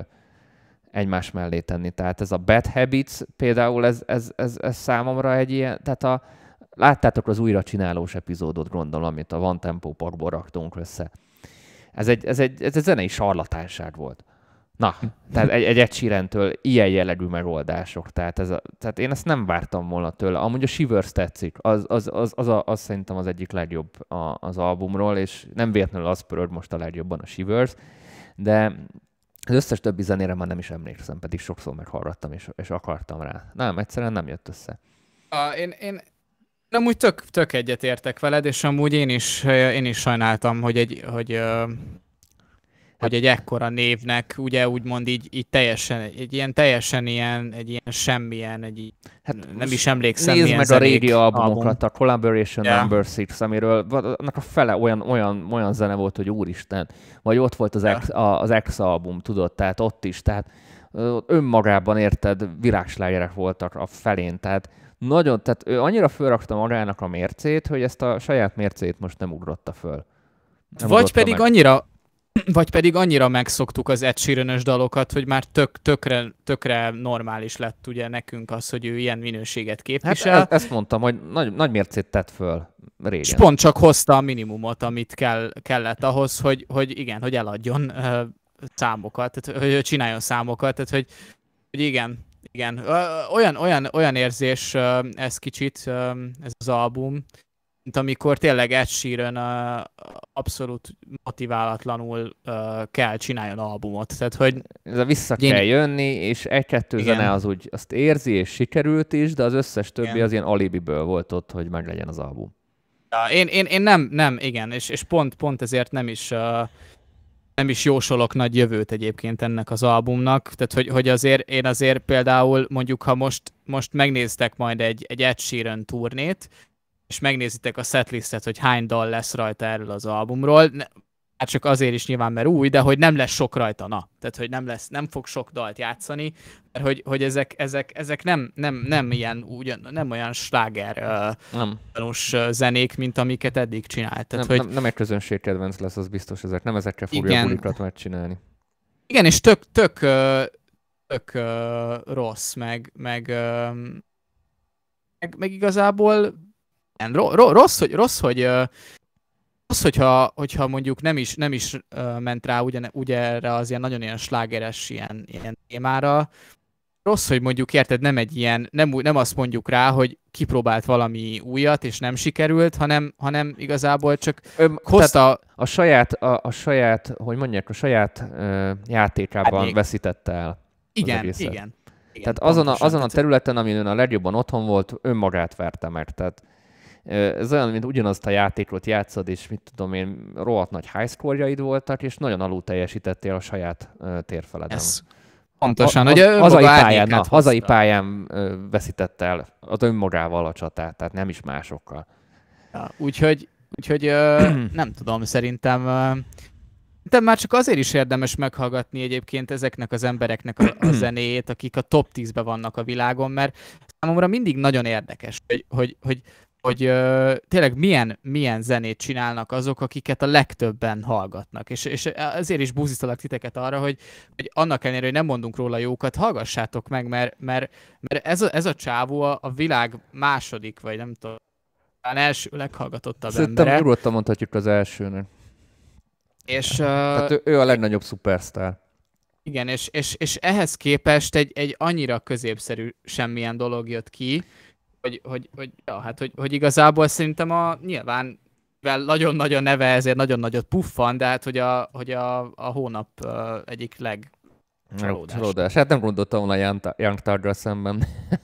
egymás mellé tenni. Tehát ez a Bad Habits például, ez számomra egy ilyen, tehát láttátok az újra csinálós epizódot, gondolom, amit a One Tempo Parkból raktunk össze. Ez egy zenei sarlatánság volt. Na, tehát egy Ed Sheerantől ilyen jellegű megoldások. Tehát én ezt nem vártam volna tőle. Amúgy a Shivers tetszik. Az szerintem az egyik legjobb az albumról, és nem véletlenül az pörög most a legjobban a Shivers, de az összes többi zenére már nem is emlékszem, pedig sokszor meghallgattam, és akartam rá. Nem, egyszerűen nem jött össze.
Én amúgy tök egyetértek veled, és amúgy én is sajnáltam, hogy egy ekkora névnek, ugye úgymond így teljesen, egy ilyen semmilyen, hát nem is emlékszem,
nézd meg a régi albumokat, a Collaboration Number 6, amiről annak a fele olyan zene volt, hogy úristen. Vagy ott volt az X album, tudod, tehát ott is, tehát önmagában érted, virágslágerek voltak a felén, tehát ő annyira fölrakta magának a mércét, hogy ezt a saját mércét most nem ugrotta föl.
Vagy pedig annyira vagy pedig annyira megszoktuk az Ed Sheeran-ös dalokat, hogy már tökre normális lett ugye nekünk az, hogy ő ilyen minőséget képvisel.
Hát ezt mondtam, hogy nagy mércét tett föl régen.
És pont csak hozta a minimumot, amit kellett ahhoz, hogy igen, hogy eladjon számokat, tehát, hogy csináljon számokat, tehát hogy igen. Olyan érzés ez kicsit, ez az album, mint amikor tényleg Ed Sheeran abszolút motiválatlanul kell csináljon albumot. Tehát, hogy
ez a vissza kell jönni, és egy-kettő zene az úgy azt érzi, és sikerült is, de az összes többi az ilyen alibiből volt ott, hogy meg legyen az album.
Ja, én nem, igen, és pont ezért nem is jósolok nagy jövőt egyébként ennek az albumnak, tehát hogy én azért például mondjuk, ha most megnéztek majd egy Ed Sheeran turnét, és megnézitek a setlistet, hogy hány dal lesz rajta erről az albumról, hát csak azért is nyilván, mert új, de hogy nem lesz sok rajta, tehát hogy nem fog sok dalt játszani, mert hogy ezek nem ilyen nem olyan sláger zenék, mint amiket eddig csinált. Tehát,
nem egy közönségkedvenc lesz, az biztos, nem ezekkel fogja a bulikat megcsinálni.
Igen, és tök rossz, meg igazából rossz, hogyha mondjuk nem is ment rá ugye erre az ilyen nagyon ilyen slágeres ilyen témára. Rossz, hogy mondjuk érted, nem egy ilyen, nem azt mondjuk rá, hogy kipróbált valami újat, és nem sikerült, hanem igazából csak hozta...
A saját, hogy mondják, a saját játékában veszítette el.
Igen.
Tehát azon a területen, amin ön a legjobban otthon volt, önmagát verte meg. Tehát ez olyan, mint ugyanazt a játékot játszod, és mit tudom én, rohadt nagy high score-jaid voltak, és nagyon alul teljesítettél a saját térfeleden.
Pontosan,
hogy hazai pályán veszítette el az önmagával a csatát, tehát nem is másokkal.
Ja, úgyhogy nem tudom, szerintem de már csak azért is érdemes meghallgatni egyébként ezeknek az embereknek a zenéjét, akik a top 10-ben vannak a világon, mert számomra mindig nagyon érdekes, hogy tényleg milyen zenét csinálnak azok, akiket a legtöbben hallgatnak. És ezért is búzítalak titeket arra, hogy annak ellenére, hogy nem mondunk róla jókat, hallgassátok meg, mert ez a csávó a világ második, vagy nem tudom, első leghallgatottabb embere.
Szerintem nyugodtan mondhatjuk az elsőnek. Tehát ő a legnagyobb szupersztár.
Igen, és ehhez képest egy annyira középszerű semmilyen dolog jött ki, hogy igazából szerintem nyilván nagyon nagy a neve, ezért nagyon nagyot puffan, de hát hogy a hónap egyik csalódás.
Hát nem gondoltam volna Young Thuggal szemben,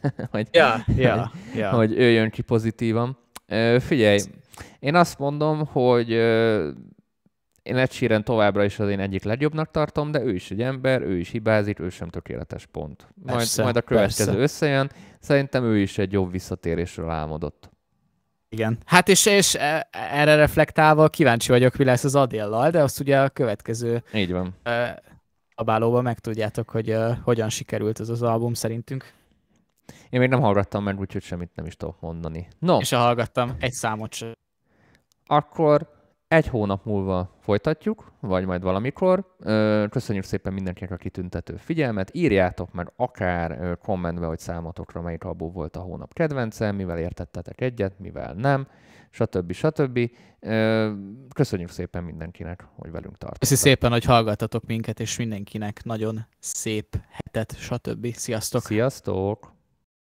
hogy ő jön ki pozitívan. Figyelj, én azt mondom, hogy én Ed Sheeran továbbra is az én egyik legjobbnak tartom, de ő is egy ember, ő is hibázik, ő sem tökéletes pont. Majd a következő összejön, szerintem ő is egy jobb visszatérésről álmodott.
Igen. Hát és erre reflektálva kíváncsi vagyok, mi lesz az Adéllal, de azt ugye a következő
így van.
Abálóban megtudjátok, hogy hogyan sikerült ez az album szerintünk.
Én még nem hallgattam meg, úgyhogy semmit nem is tudok mondani. No.
És hallgattam egy számot sem.
Akkor egy hónap múlva folytatjuk, vagy majd valamikor. Köszönjük szépen mindenkinek a kitüntető figyelmet. Írjátok meg akár kommentbe, hogy számotokra melyik album volt a hónap kedvence, mivel értettetek egyet, mivel nem, stb. Köszönjük szépen mindenkinek, hogy velünk tartottatok.
Köszi szépen, hogy hallgattatok minket, és mindenkinek nagyon szép hetet, stb. Sziasztok!
Sziasztok!